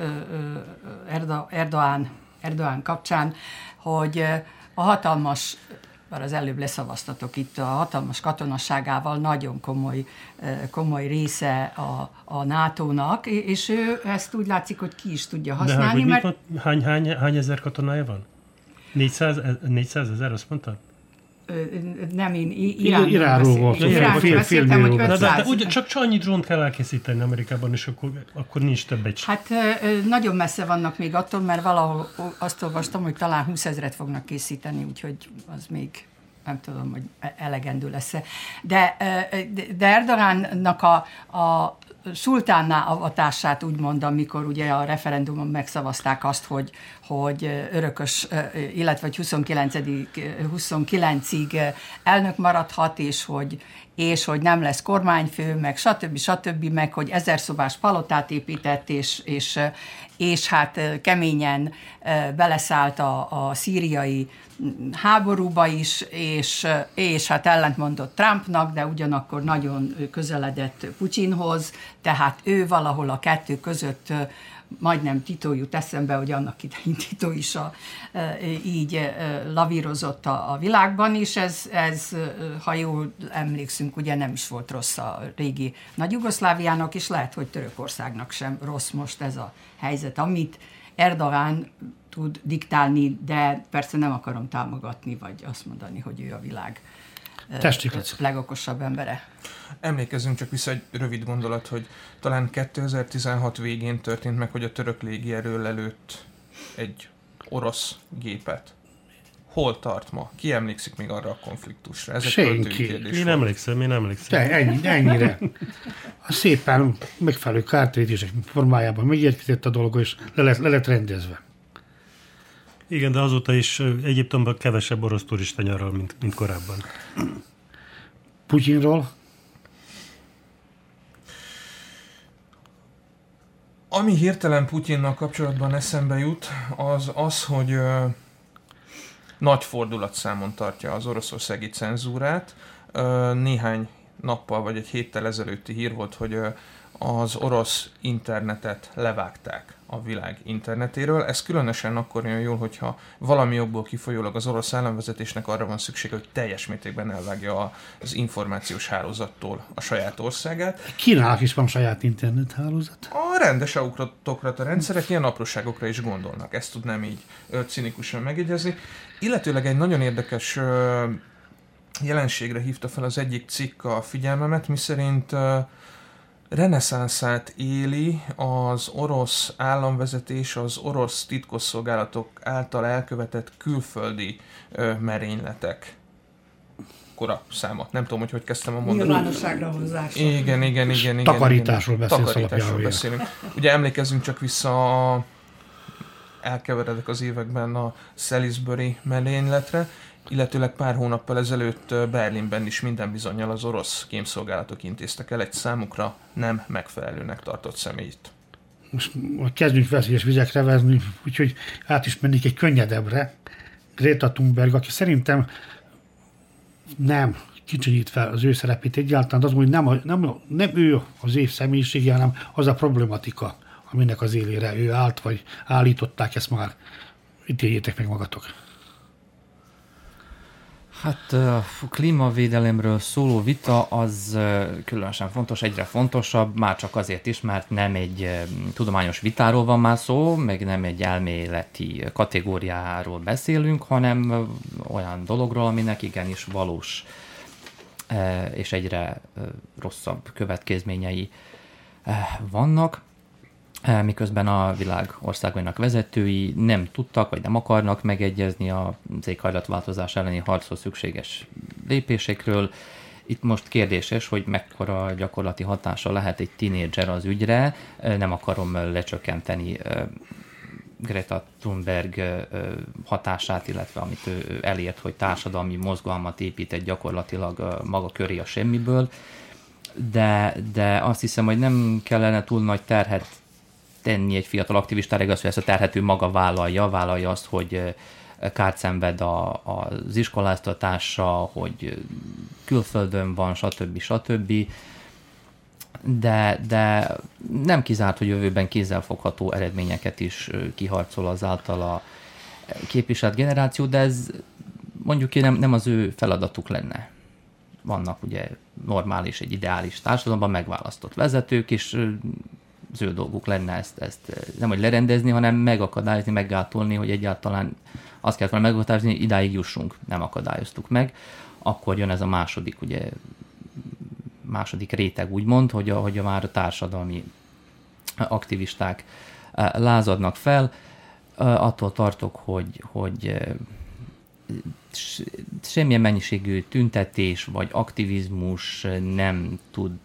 Erdoğan kapcsán, hogy a hatalmas, bár az előbb leszavaztatok itt, a hatalmas katonasságával nagyon komoly része a NATO-nak, és ő ezt úgy látszik, hogy ki is tudja használni. De mert... hány ezer katonája van? 400 000, azt mondtad? Nem, én Iránról volt. Iránról beszéltem, hogy 500. De csak annyi drónt kell elkészíteni Amerikában, és akkor nincs több egy. Hát nagyon messze vannak még attól, mert valahol azt olvastam, hogy talán 20 000 fognak készíteni, úgyhogy az még nem tudom, hogy elegendő lesz-e. De Erdoğannak a szultánná avatását úgy mondom, amikor ugye a referendumon megszavazták azt, hogy örökös, illetve 29-ig elnök maradhat, és hogy nem lesz kormányfő, meg stb., meg hogy 1000 szobás palotát épített, és hát keményen beleszállt a szíriai háborúba is, és hát ellentmondott Trumpnak, de ugyanakkor nagyon közeledett Putyinhoz, tehát ő valahol a kettő között, majdnem Tito jut eszembe, hogy annak idején Tito is így lavírozott a világban, és ez, ha jól emlékszünk, ugye nem is volt rossz a régi Nagy-Jugoszláviának, és lehet, hogy Törökországnak sem rossz most ez a helyzet, amit Erdoğan tud diktálni, de persze nem akarom támogatni, vagy azt mondani, hogy ő a világ legokosabb embere. Emlékezzünk csak vissza egy rövid gondolat, hogy talán 2016 végén történt meg, hogy a török légierő lelőtt egy orosz gépet. Hol tart ma? Ki emlékszik még arra a konfliktusra? Ez egy senki. Én emlékszem. De ennyire. Szépen megfelelő kártérítések formájában megérkezett a dolog, és le lett rendezve. Igen, de azóta is Egyiptomban kevesebb orosz turista nyaral, mint korábban. Putyinról? Ami hirtelen Putyinnal kapcsolatban eszembe jut, az, hogy nagy fordulatszámon tartja az oroszországi cenzúrát. Néhány nappal vagy egy héttel ezelőtti hír volt, hogy az orosz internetet levágták a világ internetéről. Ez különösen akkor jön jól, hogyha valami jogból kifolyólag az orosz államvezetésnek arra van szüksége, hogy teljes mértékben elvágja az információs hálózattól a saját országát. Kínának is van saját internethálózat. A rendes autokrata rendszerek ilyen apróságokra is gondolnak. Ezt tudnám így cinikusan megjegyezni. Illetőleg egy nagyon érdekes jelenségre hívta fel az egyik cikk a figyelmemet, miszerint reneszánszát éli az orosz államvezetés, az orosz titkosszolgálatok által elkövetett külföldi merényletek akkora számot. Nem tudom, hogy kezdtem a mondani. Nyilvánosságra hozása. Igen. Takarításról Takarításról beszélünk. Ugye emlékezzünk csak vissza elkeveredek az években a Salisbury merényletre, illetőleg pár hónappal ezelőtt Berlinben is minden bizonnyal az orosz kémszolgálatok intéztek el egy számukra nem megfelelőnek tartott személyt. Most kezdjünk veszélyes vizekre vezni, úgyhogy át is mennék egy könnyedebbre. Greta Thunberg, aki szerintem nem kicsinyítve az ő szerepét egyáltalán, de az mondja, nem ő az év személyisége, hanem az a problematika, aminek az élére ő állt, vagy állították, ezt már ítéljétek meg magatok. Hát a klímavédelemről szóló vita az különösen fontos, egyre fontosabb, már csak azért is, mert nem egy tudományos vitáról van már szó, meg nem egy elméleti kategóriáról beszélünk, hanem olyan dologról, aminek igenis valós és egyre rosszabb következményei vannak, miközben a világ országainak vezetői nem tudtak, vagy nem akarnak megegyezni az éghajlatváltozás elleni harchoz szükséges lépésekről. Itt most kérdéses, hogy mekkora gyakorlati hatása lehet egy tínédzser az ügyre. Nem akarom lecsökkenteni Greta Thunberg hatását, illetve amit ő elért, hogy társadalmi mozgalmat épített gyakorlatilag maga köré a semmiből, de azt hiszem, hogy nem kellene túl nagy terhet tenni egy fiatal aktivistára, igaz, hogy ezt a terhet ő maga vállalja azt, hogy kárt szenved az iskoláztatása, hogy külföldön van, stb. De nem kizárt, hogy jövőben kézzelfogható eredményeket is kiharcol az általa képviselt generáció, de ez mondjuk nem az ő feladatuk lenne. Vannak ugye normális, egy ideális társadalomban megválasztott vezetők, és az ő dolguk lenne ezt nem hogy lerendezni, hanem megakadályozni, meggátolni, hogy egyáltalán azt kellett volna megakadályozni, hogy idáig jussunk, nem akadályoztuk meg. Akkor jön ez a második réteg, úgymond, hogy már a társadalmi aktivisták lázadnak fel. Attól tartok, hogy semmilyen mennyiségű tüntetés vagy aktivizmus nem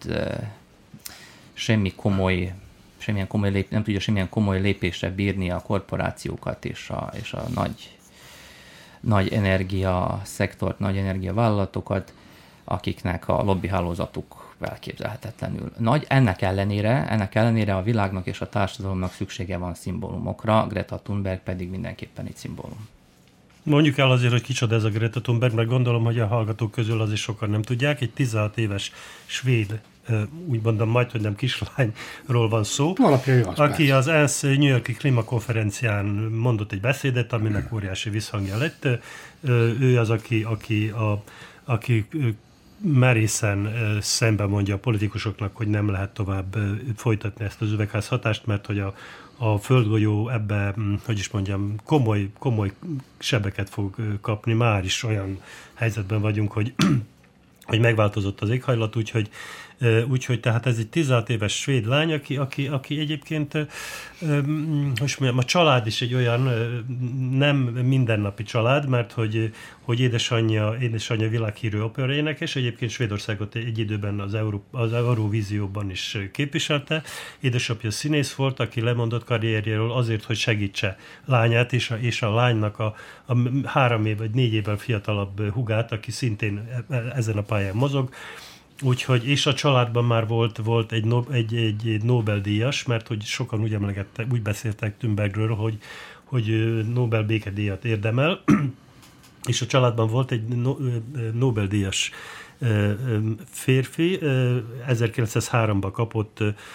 tudja semmilyen komoly lépésre bírni a korporációkat és a nagy energiaszektort, nagy energiavállalatokat, akiknek a lobbihálózatuk elképzelhetetlenül nagy. Ennek ellenére a világnak és a társadalomnak szüksége van szimbólumokra, Greta Thunberg pedig mindenképpen egy szimbólum. Mondjuk el azért, hogy kicsoda ez a Greta Thunberg, mert gondolom, hogy a hallgatók közül azért sokan nem tudják. Egy 16 éves svéd, úgy mondom majd, hogy nem kislányról van szó, aki az ENSZ New York-i klímakonferencián mondott egy beszédet, aminek óriási visszhangja lett. Ő az, aki merészen szembe mondja a politikusoknak, hogy nem lehet tovább folytatni ezt az üvegházhatást, mert hogy a földgolyó ebbe, hogy is mondjam, komoly sebeket fog kapni. Már is olyan helyzetben vagyunk, hogy megváltozott az éghajlat, úgyhogy tehát ez egy 16 éves svéd lány, aki egyébként, hogy mondjam, a család is egy olyan nem mindennapi család, mert hogy édesanyja világhírű operaénekes, egyébként Svédországot egy időben az Eurovízióban is képviselte. Édesapja színész volt, aki lemondott karrierjéről azért, hogy segítse lányát, és a lánynak a 3 év vagy 4 évvel fiatalabb hugát, aki szintén ezen a pályán mozog. Úgyhogy, és a családban már volt egy Nobel-díjas, mert hogy sokan úgy beszéltek Thunbergről, hogy Nobel békedíjat érdemel, és a családban volt egy Nobel-díjas férfi, 1903-ban kapott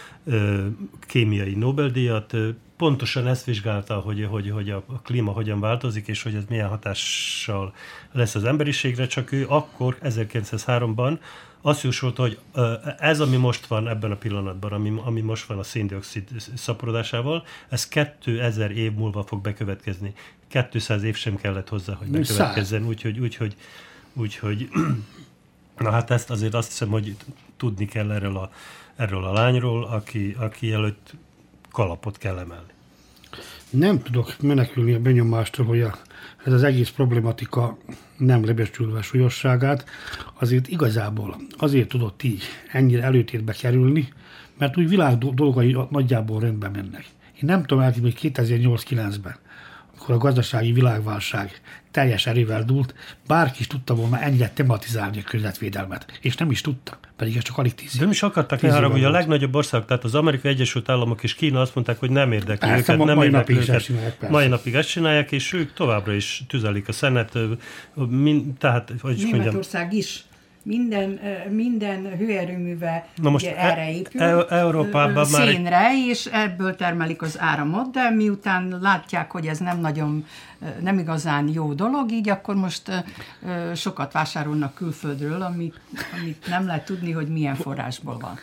kémiai Nobel-díjat, pontosan ezt vizsgálta, hogy a klíma hogyan változik, és hogy ez milyen hatással lesz az emberiségre, csak ő akkor, 1903-ban azt jósolta, hogy ez, ami most van ebben a pillanatban, ami most van a szén-dioxid szaporodásával, ez 2000 év múlva fog bekövetkezni. 200 év sem kellett hozzá, hogy bekövetkezzen, úgyhogy na hát ezt azért azt hiszem, hogy tudni kell erről a lányról, aki előtt kalapot kell emelni. Nem tudok menekülni a benyomástól, hogy ez az egész problematika nem lebecsülve súlyosságát, azért igazából azért tudott így ennyire előtérbe kerülni, mert úgy világ dolgai nagyjából rendben mennek. Én nem tudom elképzelni, hogy 2008-9-ben, amikor a gazdasági világválság teljes erővel dúlt, bárki is tudta volna ennyire tematizálni a környezetvédelmet. És nem is tudta, pedig ez csak alig 10 év. Nem is akartak nehára, hogy a legnagyobb ország, tehát az Amerikai Egyesült Államok és Kína azt mondták, hogy nem érdekli őket. Nem mai érdekli napig őket. Mai napig ezt csinálják, és ők továbbra is tüzelik a szenet. Tehát, hogy Németország is. Minden hőerőműve erre épül, Európában szénre, és ebből termelik az áramot, de miután látják, hogy ez nem igazán jó dolog, így akkor most sokat vásárolnak külföldről, amit nem lehet tudni, hogy milyen forrásból van.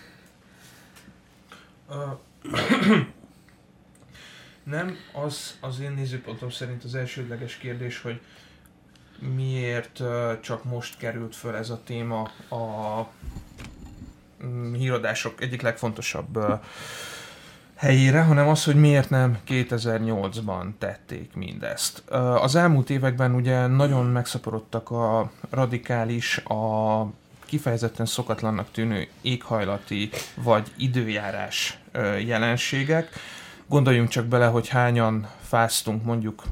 Nem, az én nézőpontom szerint az elsődleges kérdés, hogy miért csak most került föl ez a téma a híradások egyik legfontosabb helyére, hanem az, hogy miért nem 2008-ban tették mindezt. Az elmúlt években ugye nagyon megszaporodtak a radikális, a kifejezetten szokatlannak tűnő éghajlati vagy időjárás jelenségek. Gondoljunk csak bele, hogy hányan fáztunk mondjuk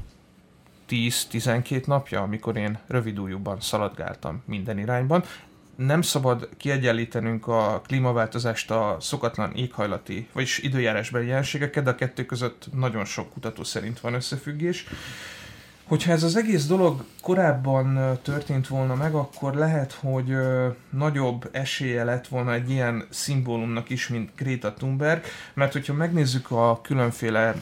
10-12 napja, amikor én rövidújúban szaladgáltam minden irányban. Nem szabad kiegyenlítenünk a klímaváltozást a szokatlan éghajlati, vagyis időjárásbeli jelenségeket, de a kettő között nagyon sok kutató szerint van összefüggés. Hogyha ez az egész dolog korábban történt volna meg, akkor lehet, hogy nagyobb esélye lett volna egy ilyen szimbólumnak is, mint Greta Thunberg, mert hogyha megnézzük a különféle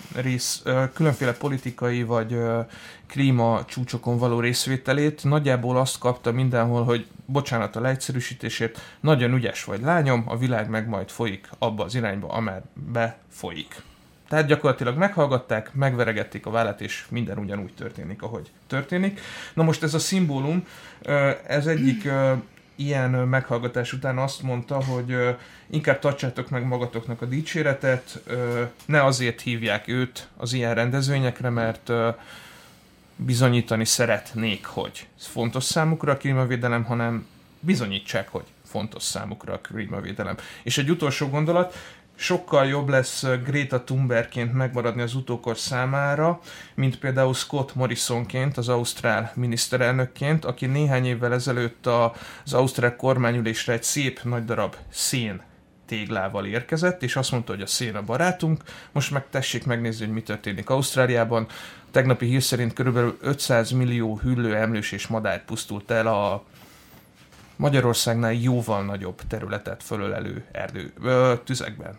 politikai vagy klíma csúcsokon való részvételét, nagyjából azt kapta mindenhol, hogy bocsánat a leegyszerűsítésért, nagyon ügyes vagy lányom, a világ meg majd folyik abba az irányba, amerbe folyik. Tehát gyakorlatilag meghallgatták, megveregették a vállát, és minden ugyanúgy történik, ahogy történik. Na most ez a szimbólum, ez egyik ilyen meghallgatás után azt mondta, hogy inkább tartsátok meg magatoknak a dicséretet, ne azért hívják őt az ilyen rendezvényekre, mert bizonyítani szeretnék, hogy fontos számukra a klímavédelem, hanem bizonyítsák, hogy fontos számukra a klímavédelem. És egy utolsó gondolat, sokkal jobb lesz Greta Thunbergként megmaradni az utókor számára, mint például Scott Morrisonként, az ausztrál miniszterelnökként, aki néhány évvel ezelőtt az ausztrál kormányülésre egy szép nagy darab szén téglával érkezett, és azt mondta, hogy a szén a barátunk. Most meg tessék megnézni, hogy mi történik Ausztráliában. Tegnapi hír szerint körülbelül 500 millió hüllő, emlős és madár pusztult el a Magyarországnál jóval nagyobb területet fölölelő tüzekben.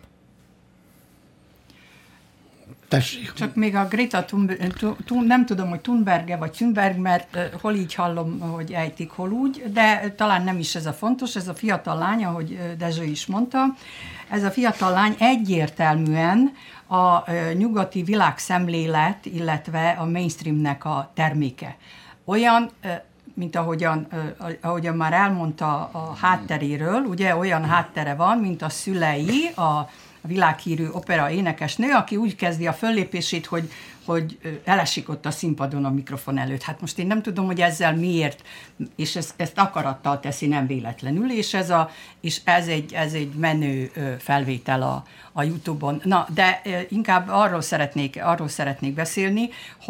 Tessék. Csak még a Greta nem tudom, hogy Thunberg-e vagy Thunberg, mert hol így hallom, hogy ejtik, hol úgy, de talán nem is ez a fontos, ez a fiatal lány, ahogy Dezső is mondta, ez a fiatal lány egyértelműen a nyugati világszemlélet, illetve a mainstreamnek a terméke. Olyan, mint ahogyan már elmondta a hátteréről, ugye olyan háttere van, mint a szülei, a világhírű opera énekesnő, aki úgy kezdi a föllépését, hogy elesik ott a színpadon a mikrofon előtt. Hát most én nem tudom, hogy ezzel miért, és ezt akarattal teszi, nem véletlenül, és ez egy menő felvétel a YouTube-on. Na, de inkább arról szeretnék beszélni,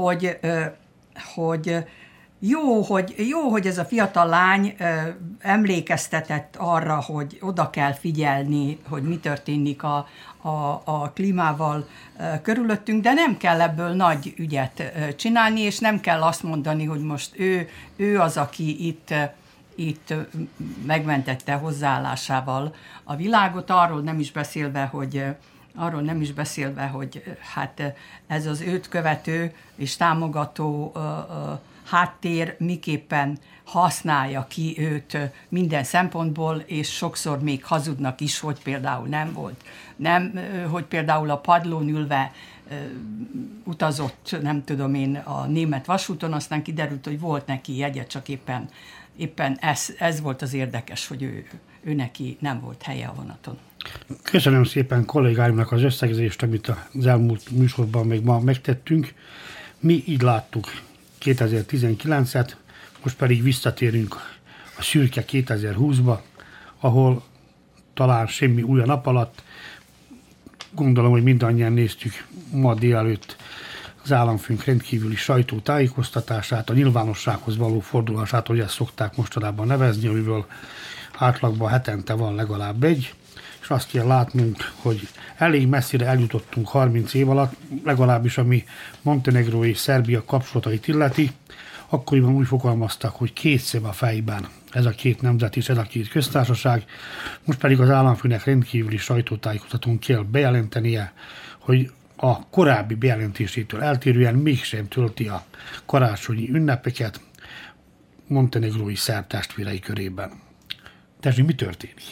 hogy jó, hogy ez a fiatal lány emlékeztetett arra, hogy oda kell figyelni, hogy mi történik a klímával körülöttünk, de nem kell ebből nagy ügyet csinálni, és nem kell azt mondani, hogy most ő az, aki itt megmentette hozzáállásával a világot, arról nem is beszélve, hogy hát ez az őt követő és támogató háttér miképpen használja ki őt minden szempontból, és sokszor még hazudnak is, hogy például nem volt. Hogy például a padlón ülve utazott, nem tudom én, a német vasúton, aztán kiderült, hogy volt neki jegye, csak éppen ez volt az érdekes, hogy ő neki nem volt helye a vonaton. Köszönöm szépen kollégáimnak az összegzést, amit az elmúlt műsorban még ma megtettünk. Mi így láttuk 2019-et, most pedig visszatérünk a szürke 2020-ba, ahol talán semmi új a nap alatt. Gondolom, hogy mindannyian néztük ma délelőtt az államfőnk rendkívüli sajtótájékoztatását, a nyilvánossághoz való fordulását, hogy ezt szokták mostanában nevezni, amiből átlagban hetente van legalább egy, és azt kell látnunk, hogy elég messzire eljutottunk 30 év alatt, legalábbis ami Montenegró és Szerbia kapcsolatait illeti. Akkoriban úgy fogalmaztak, hogy két szem a fejben ez a két nemzet és ez a két köztársaság. Most pedig az államfőnek rendkívüli sajtótájékoztatón kell bejelentenie, hogy a korábbi bejelentésétől eltérően mégsem tölti a karácsonyi ünnepeket montenegrói szerb testvérei körében. Tessék, mi történik?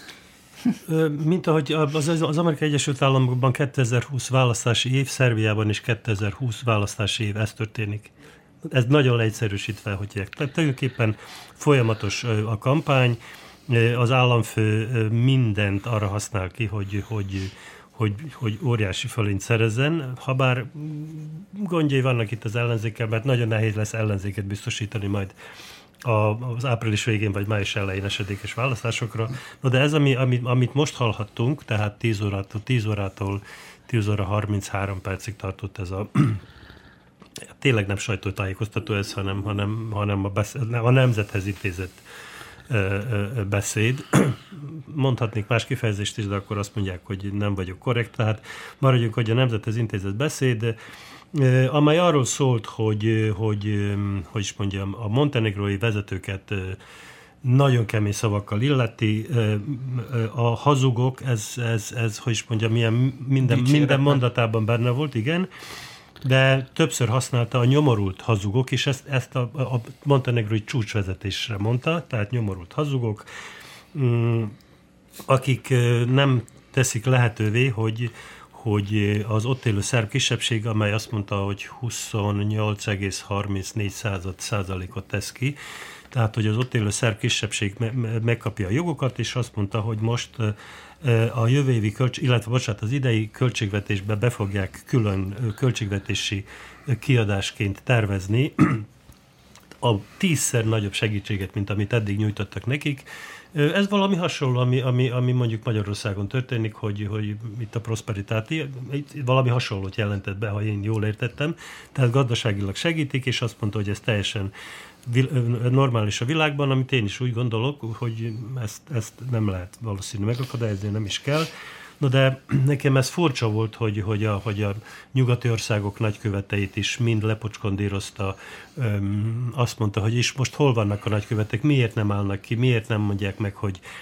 Mint ahogy az Amerikai Egyesült Államokban 2020 választási év, Szerbiában is 2020 választási év, ez történik. Ez nagyon leegyszerűsítve, hogy tehát tulajdonképpen folyamatos a kampány, az államfő mindent arra használ ki, hogy óriási fölényt szerezzen, habár gondjai vannak itt az ellenzékkel, mert nagyon nehéz lesz ellenzéket biztosítani majd az április végén vagy május elején esedékes választásokra. No, de ez, amit most hallhattunk, tehát 10 órától 10 óra 33 percig tartott ez tényleg nem sajtótájékoztató ez, hanem a nemzethez intézett beszéd. Mondhatnék más kifejezést is, de akkor azt mondják, hogy nem vagyok korrekt. Tehát maradjunk, hogy a nemzethez intézett beszéd, amely arról szólt, hogy is mondjam, a montenegrói vezetőket nagyon kemény szavakkal illeti. A hazugok, ez hogy is mondjam, minden mondatában benne volt, igen, de többször használta a nyomorult hazugok, és ezt a montenegrói csúcsvezetésre mondta, tehát nyomorult hazugok, akik nem teszik lehetővé, hogy az ott élő szerb kisebbség, amely azt mondta, hogy 28,34%-ot tesz ki, tehát hogy az ott élő szerb kisebbség megkapja a jogokat, és azt mondta, hogy most a jövő évi az idei költségvetésbe be fogják külön költségvetési kiadásként tervezni a 10-szer nagyobb segítséget, mint amit eddig nyújtottak nekik. Ez valami hasonló, ami mondjuk Magyarországon történik, hogy itt a Prosperitáti valami hasonlót jelentett be, ha én jól értettem. Tehát gazdaságilag segítik, és azt mondta, hogy ez teljesen normális a világban, amit én is úgy gondolok, hogy ezt nem lehet valószínű megakadályozni, nem is kell. No, de nekem ez furcsa volt, hogy a nyugati országok nagyköveteit is mind lepocskondírozta. Azt mondta, hogy és most hol vannak a nagykövetek, miért nem állnak ki, miért nem mondják meg,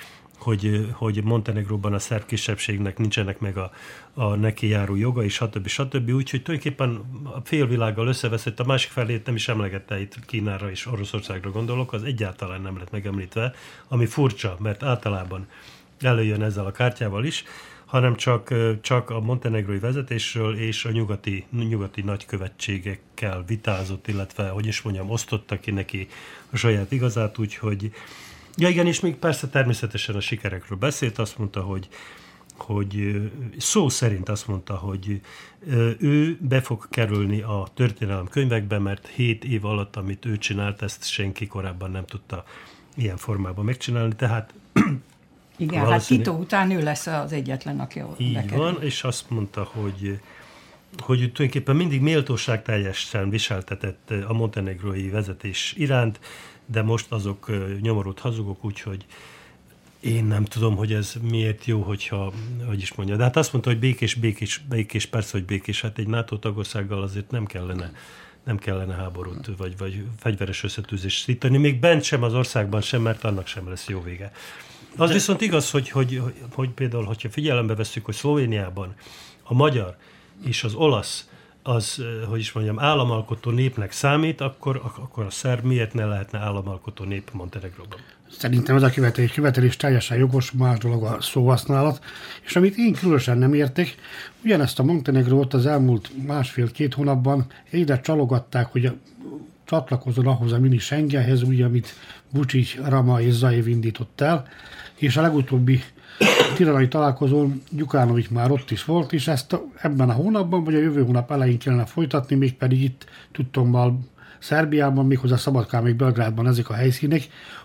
hogy Montenegróban a szerb kisebbségnek nincsenek meg a neki járó jogai, stb. Úgyhogy tulajdonképpen a félvilággal összeveszett, a másik felét nem is emlegette, itt Kínára és Oroszországra gondolok, az egyáltalán nem lett megemlítve, ami furcsa, mert általában előjön ezzel a kártyával is, hanem csak a montenegrói vezetésről és a nyugati nagykövetségekkel vitázott, illetve, hogy is mondjam, osztotta ki neki a saját igazát, úgyhogy ja igen, és még persze természetesen a sikerekről beszélt, azt mondta, hogy szó szerint azt mondta, hogy ő be fog kerülni a történelem könyvekbe, mert 7 év alatt, amit ő csinált, ezt senki korábban nem tudta ilyen formában megcsinálni, tehát igen, hát Tito után ő lesz az egyetlen, aki így bekerül. Van, és azt mondta, hogy tulajdonképpen mindig méltóságteljesen viseltetett a montenegrói vezetés iránt, de most azok nyomorult hazugok, úgyhogy én nem tudom, hogy ez miért jó, hogyha, hogy is mondja. De hát azt mondta, hogy békés, persze, hogy békés. Hát egy NATO tagországgal azért nem kellene háborút, vagy fegyveres összetűzést szítani, még bent sem az országban sem, mert annak sem lesz jó vége. Az viszont igaz, hogy például, hogyha figyelembe vesszük, hogy Szlovéniában a magyar és az olasz az, hogy is mondjam, államalkotó népnek számít, akkor a szerb miért ne lehetne államalkotó nép Montenegróban? Szerintem ez a követelés teljesen jogos, más dolog a szóhasználat, és amit én különösen nem értek, ugyanezt a Montenegrót az elmúlt 1,5-2 hónapban egyre csalogatták, hogy csatlakozzon ahhoz a mini Schengenhez, úgy, amit Vučić, Rama és Zaev indított el, és a legutóbbi Tiranai találkozón Gyukanovics már ott is volt, és ezt ebben a hónapban, vagy a jövő hónap elején kellene folytatni, mégpedig itt tudtommal Szerbiában, méghozzá Szabadkán, még Belgrádban ezek a helyszínek.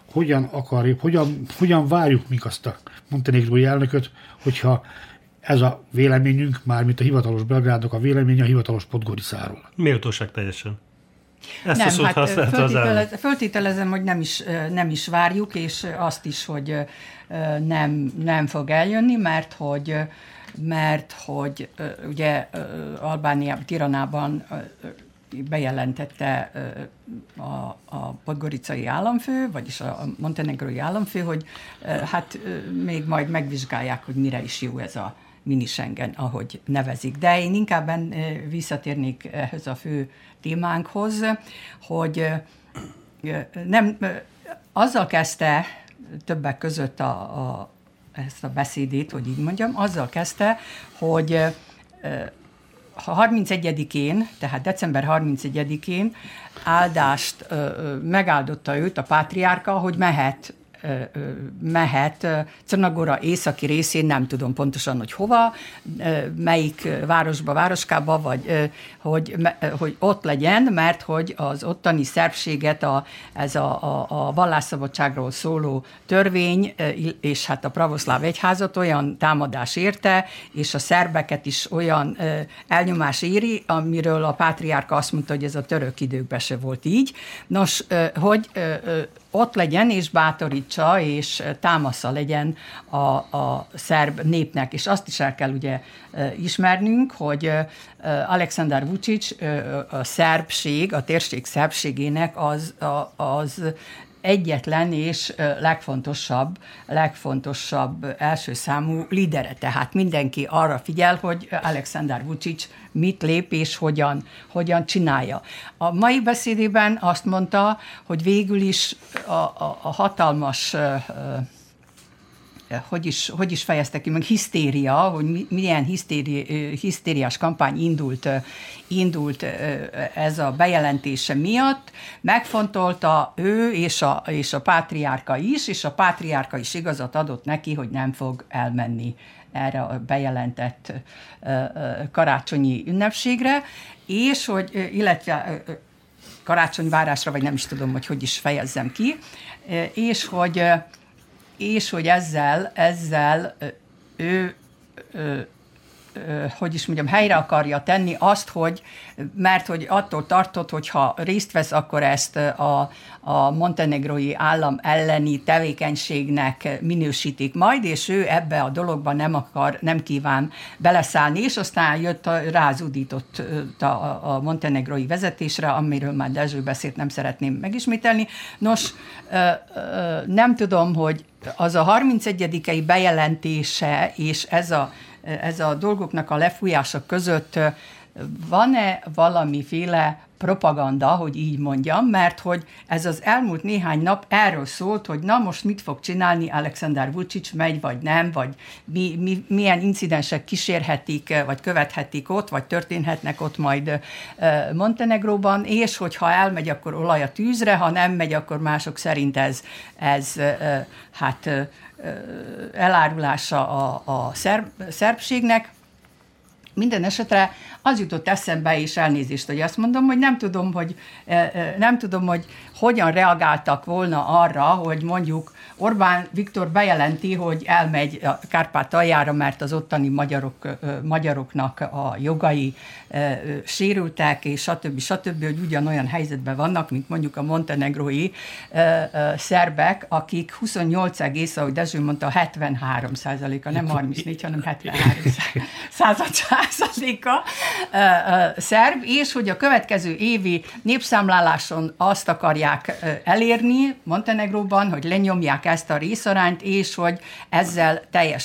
Hogyan várjuk még azt a montenegrói elnököt, hogyha ez a véleményünk, mármint a hivatalos Belgrádnak a véleménye a hivatalos Podgoricáról. Méltóság teljesen. Ezt nem, a szót használta az elnök. Föltételezem, hogy nem is várjuk, és azt is, hogy nem fog eljönni, mert hogy ugye Albániában, Tiranában bejelentette a podgoricai államfő, vagyis a montenegrói államfő, hogy hát még majd megvizsgálják, hogy mire is jó ez a mini Schengen, ahogy nevezik. De én inkább visszatérnék ehhez a fő témánkhoz, hogy nem, azzal kezdte többek között ezt a beszédét, hogy így mondjam, azzal kezdte, hogy ha 31-én, tehát december 31-én áldást megáldotta őt a pátriárka, hogy mehet Crna-Gora északi részén, nem tudom pontosan, hogy hova, melyik városba, városkába, vagy hogy ott legyen, mert hogy az ottani szerbséget ez a vallásszabadságról szóló törvény, és hát a pravoszláv egyházat olyan támadás érte, és a szerbeket is olyan elnyomás éri, amiről a pátriárka azt mondta, hogy ez a török időkben se volt így. Nos, hogy ott legyen, és bátorítsa, és támasza legyen a szerb népnek. És azt is el kell ugye ismernünk, hogy Aleksandar Vučić, a szerbség, a térség szerbségének az egyetlen és legfontosabb első számú lidere. Tehát mindenki arra figyel, hogy Aleksandar Vučić mit lép és hogyan csinálja. A mai beszédében azt mondta, hogy végül is a hatalmas hogy is fejezte ki, meg hisztéria, hogy milyen hisztériás kampány indult ez a bejelentése miatt, megfontolta ő és a pátriárka is, és a pátriárka is igazat adott neki, hogy nem fog elmenni erre a bejelentett karácsonyi ünnepségre, illetve karácsonyvárásra, vagy nem is tudom, hogy is fejezzem ki, és hogy ezzel ő hogy is mondjam, helyre akarja tenni azt, mert hogy attól tartott, hogy ha részt vesz, akkor ezt a montenegrói állam elleni tevékenységnek minősítik majd, és ő ebbe a dologban nem kíván beleszállni, és aztán rázudított a montenegrói vezetésre, amiről már Dezső beszélt, nem szeretném megismételni. Nos, nem tudom, hogy az a 31. bejelentése és ez a dolgoknak a lefújása között van-e valamiféle propaganda, hogy így mondjam, mert hogy ez az elmúlt néhány nap erről szólt, hogy na most mit fog csinálni Aleksandar Vučić, megy vagy nem, vagy milyen incidensek kísérhetik, vagy követhetik ott, vagy történhetnek ott majd Montenegróban, és hogyha elmegy, akkor olaj a tűzre, ha nem megy, akkor mások szerint ez elárulása a szerbségnek. Minden esetre az jutott eszembe, és elnézést, hogy azt mondom, hogy nem tudom, hogy hogyan reagáltak volna arra, hogy mondjuk Orbán Viktor bejelenti, hogy elmegy a Kárpátaljára, mert az ottani magyaroknak a jogai sérültek, és stb., hogy ugyanolyan helyzetben vannak, mint mondjuk a montenegrói szerbek, akik 28 egész, ahogy Dezső mondta, 73%-a, nem 34, hanem 73%-a szerb, és hogy a következő évi népszámláláson azt akarják elérni Montenegróban, hogy lenyomják ezt a részarányt, és hogy ezzel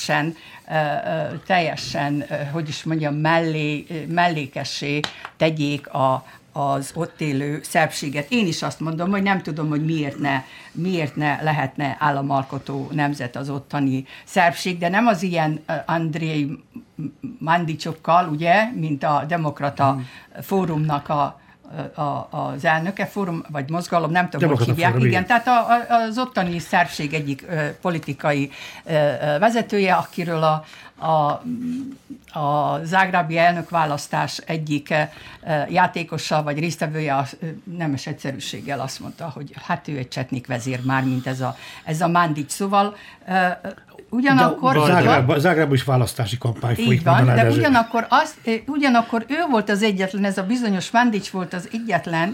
teljesen hogy is mondjam, mellékessé tegyék az ott élő szerbséget. Én is azt mondom, hogy nem tudom, hogy miért ne lehetne államalkotó nemzet az ottani szerbség, de nem az ilyen Andrej Mandicsokkal, ugye, mint a Demokrata Fórumnak az elnöke, fórum vagy mozgalom, nem tudom, hogy hívják. Fórum, igen, tehát az ottani szerbség egyik politikai vezetője, akiről a zágrábi elnökválasztás egyik játékosa vagy résztvevője nemes egyszerűséggel azt mondta, hogy hát ő egy csetnik vezér már, mint ez a Mandić. Szóval ugyanakkor... Zágrábban is választási kampány folyik. Így van, de ugyanakkor ő volt az egyetlen, ez a bizonyos Mandić volt az egyetlen,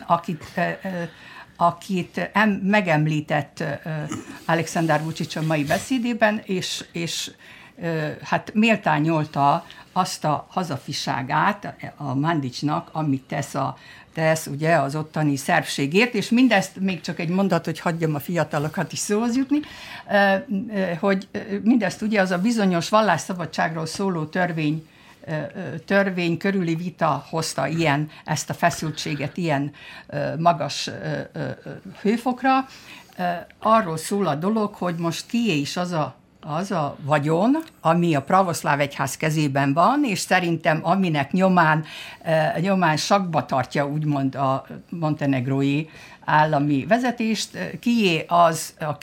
akit megemlített Aleksandar Vučić a mai beszédében, és hát méltányolta azt a hazafiságát a Mandićnak, amit tesz ugye az ottani szerbségért, és mindezt még csak egy mondat, hogy hagyjam a fiatalokat is szóhoz jutni, hogy mindezt ugye az a bizonyos vallásszabadságról szóló törvény körüli vita hozta ezt a feszültséget ilyen magas hőfokra. Arról szól a dolog, hogy most kié is az a vagyon, ami a pravoszláv egyház kezében van, és szerintem aminek nyomán sakba tartja úgymond a montenegrói állami vezetést, kié az a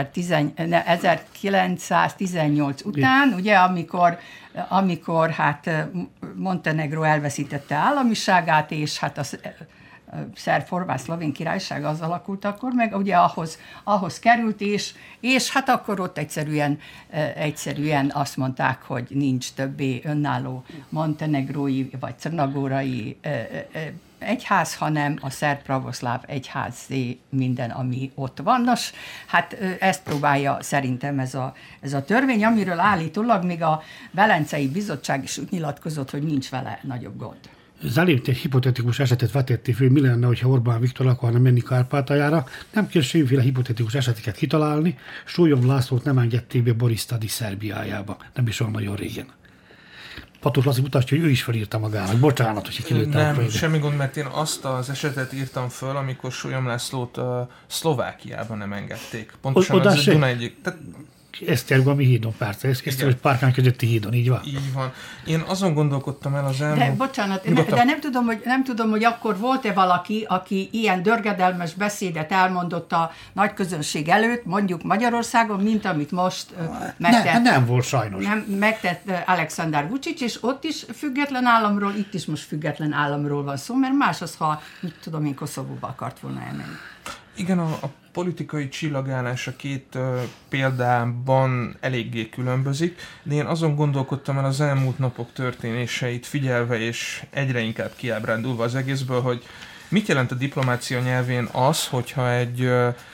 1918 után, ugye, amikor hát Montenegró elveszítette államiságát, és hát a szerb-horvát-szlovén királyság az alakult akkor, meg ugye ahhoz került, és hát akkor ott egyszerűen azt mondták, hogy nincs többé önálló montenegrói vagy crnogórai egyház, hanem a szerb-pravoszláv egyházé minden, ami ott van. Nos, hát ezt próbálja szerintem ez a törvény, amiről állítólag még a Velencei Bizottság is úgy nyilatkozott, hogy nincs vele nagyobb gond. Zalint egy hipotetikus esetet vetették föl, mi lenne, hogyha Orbán Viktor akarna menni Kárpátaljára. Nem kell semmiféle hipotetikus eseteket kitalálni. Sólyom Lászlót nem engedték be Boris Tadić Szerbiájába. Nem is olyan nagyon régen. Patos Laci mutatja, hogy ő is felírta magának. Bocsánat, hogy kilőttem. Nem, semmi gond, mert én azt az esetet írtam föl, amikor Sólyom Lászlót Szlovákiában nem engedték. Pontosan az Duna egyik... Esztergomi hídon, persze, Esztergomi Párkán közötti hídon, így van. Így van. Én azon gondolkodtam el az elmúlt... De bocsánat, de nem tudom, hogy akkor volt-e valaki, aki ilyen dörgedelmes beszédet elmondott a nagy közönség előtt, mondjuk Magyarországon, mint amit most megtett. Nem volt sajnos. Megtett Aleksandar Vučić, és ott is független államról, itt is most független államról van szó, mert más az, ha, mit tudom én, Koszovóba akart volna elmenni. Igen, a politikai csillagállás a két példában eléggé különbözik, de én azon gondolkodtam el az elmúlt napok történéseit figyelve és egyre inkább kiábrándulva az egészből, hogy mit jelent a diplomácia nyelvén az, hogyha egy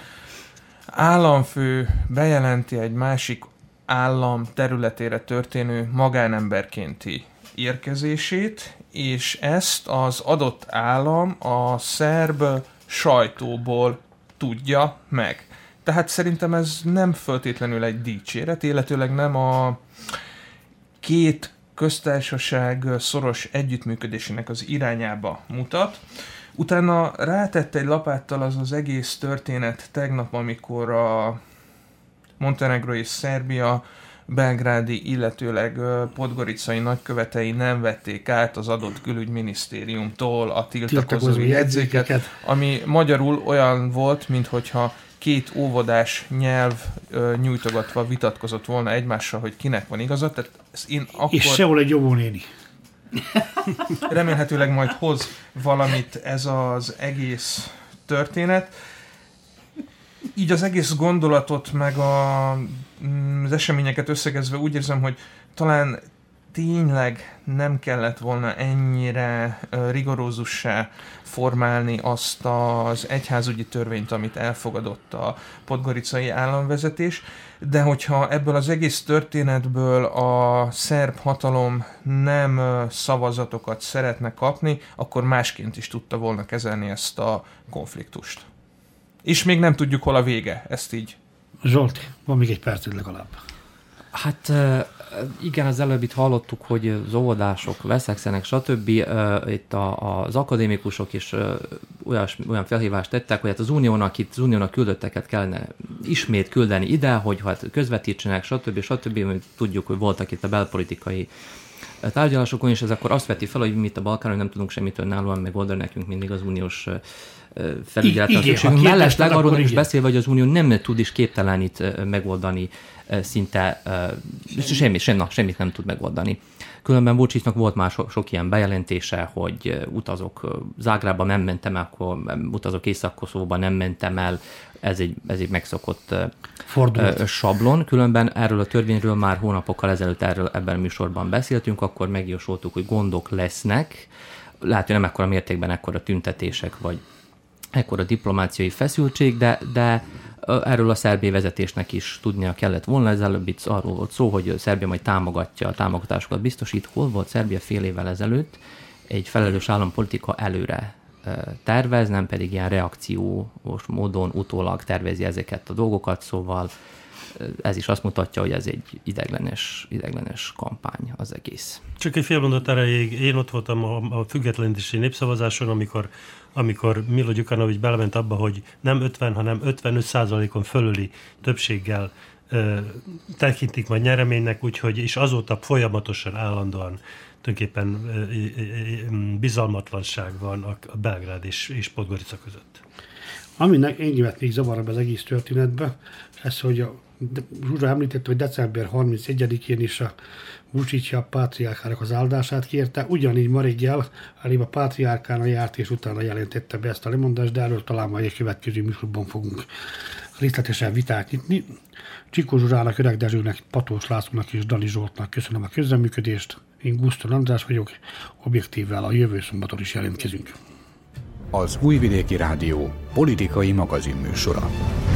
államfő bejelenti egy másik állam területére történő magánemberkénti érkezését, és ezt az adott állam a szerb sajtóból tudja meg. Tehát szerintem ez nem feltétlenül egy dicséret, illetőleg nem a két köztársaság szoros együttműködésének az irányába mutat. Utána rátett egy lapáttal az egész történet tegnap, amikor a Montenegró és Szerbia belgrádi, illetőleg podgoricai nagykövetei nem vették át az adott külügyminisztériumtól a tiltakozó jegyzéket, ami magyarul olyan volt, minthogyha két óvodás nyelv nyújtogatva vitatkozott volna egymással, hogy kinek van igaza. Tehát én akkor... És sehol egy jónéni. Remélhetőleg majd hoz valamit ez az egész történet. Így az egész gondolatot, meg az eseményeket összegezve úgy érzem, hogy talán tényleg nem kellett volna ennyire rigorózussá formálni azt az egyházügyi törvényt, amit elfogadott a podgoricai államvezetés, de hogyha ebből az egész történetből a szerb hatalom nem szavazatokat szeretne kapni, akkor másként is tudta volna kezelni ezt a konfliktust. És még nem tudjuk, hol a vége, ezt így. Zsolti, van még egy perced legalább. Hát igen, az előbb itt hallottuk, hogy az óvodások veszekszenek, stb. Itt az akadémikusok is olyan felhívást tettek, hogy hát az uniónak küldötteket kellene ismét küldeni ide, hogy hát közvetítsenek, stb. Tudjuk, hogy voltak itt a belpolitikai tárgyalásokon, és ez akkor azt veti fel, hogy mi itt a Balkánon nem tudunk semmit önállóan megoldani, nekünk mindig az uniós felügyeletre szükségünk. Mellesleg arról is beszélve, hogy az Unió nem tud is képtelen itt megoldani szinte, semmit nem tud megoldani. Különben Vučićnak volt már sok ilyen bejelentése, hogy utazok Zágrába, nem mentem, akkor utazok Észak-Koszovóba, nem mentem el, ez egy megszokott sablon. Különben erről a törvényről már hónapokkal ezelőtt ebben a műsorban beszéltünk, akkor megjósoltuk, hogy gondok lesznek, lehet, hogy nem ekkora mértékben ekkora tüntetések, vagy ekkora diplomáciai feszültség, de erről a szerb vezetésnek is tudnia kellett volna. Ez előbb itt arról volt szó, hogy Szerbia majd támogatja, támogatásokat biztosít. Hol volt Szerbia fél évvel ezelőtt? Egy felelős állampolitika előre tervez, nem pedig ilyen reakciós módon utólag tervezi ezeket a dolgokat, szóval ez is azt mutatja, hogy ez egy ideglenes kampány az egész. Csak egy fél mondat erejéig, én ott voltam a függetlenítési népszavazáson, amikor Milo Đukanović belement abba, hogy nem 50, hanem 55%-on fölöli többséggel tekintik majd nyereménynek, úgyhogy és azóta folyamatosan, állandóan tulajdonképpen bizalmatlanság van a Belgrád és Podgorica között. Aminek engemet még zavar az egész történetben, ez, hogy Zsuzsa említette, hogy december 31-én is a Vučić a pátriárkának az áldását kérte, ugyanígy ma reggel elébb a pátriárkána járt, és utána jelentette be ezt a lemondást, de erről talán majd egy következő műsorban fogunk részletesen vitát nyitni. Csikó Zsuzsának, Öreg Dezsőnek, Patós Lászlónak és Dali Zsoltnak köszönöm a közreműködést. Én Guszton András vagyok, Objektívvel a jövő szombaton is jelentkezünk. Az Újvidéki Rádió politikai magazinműsora.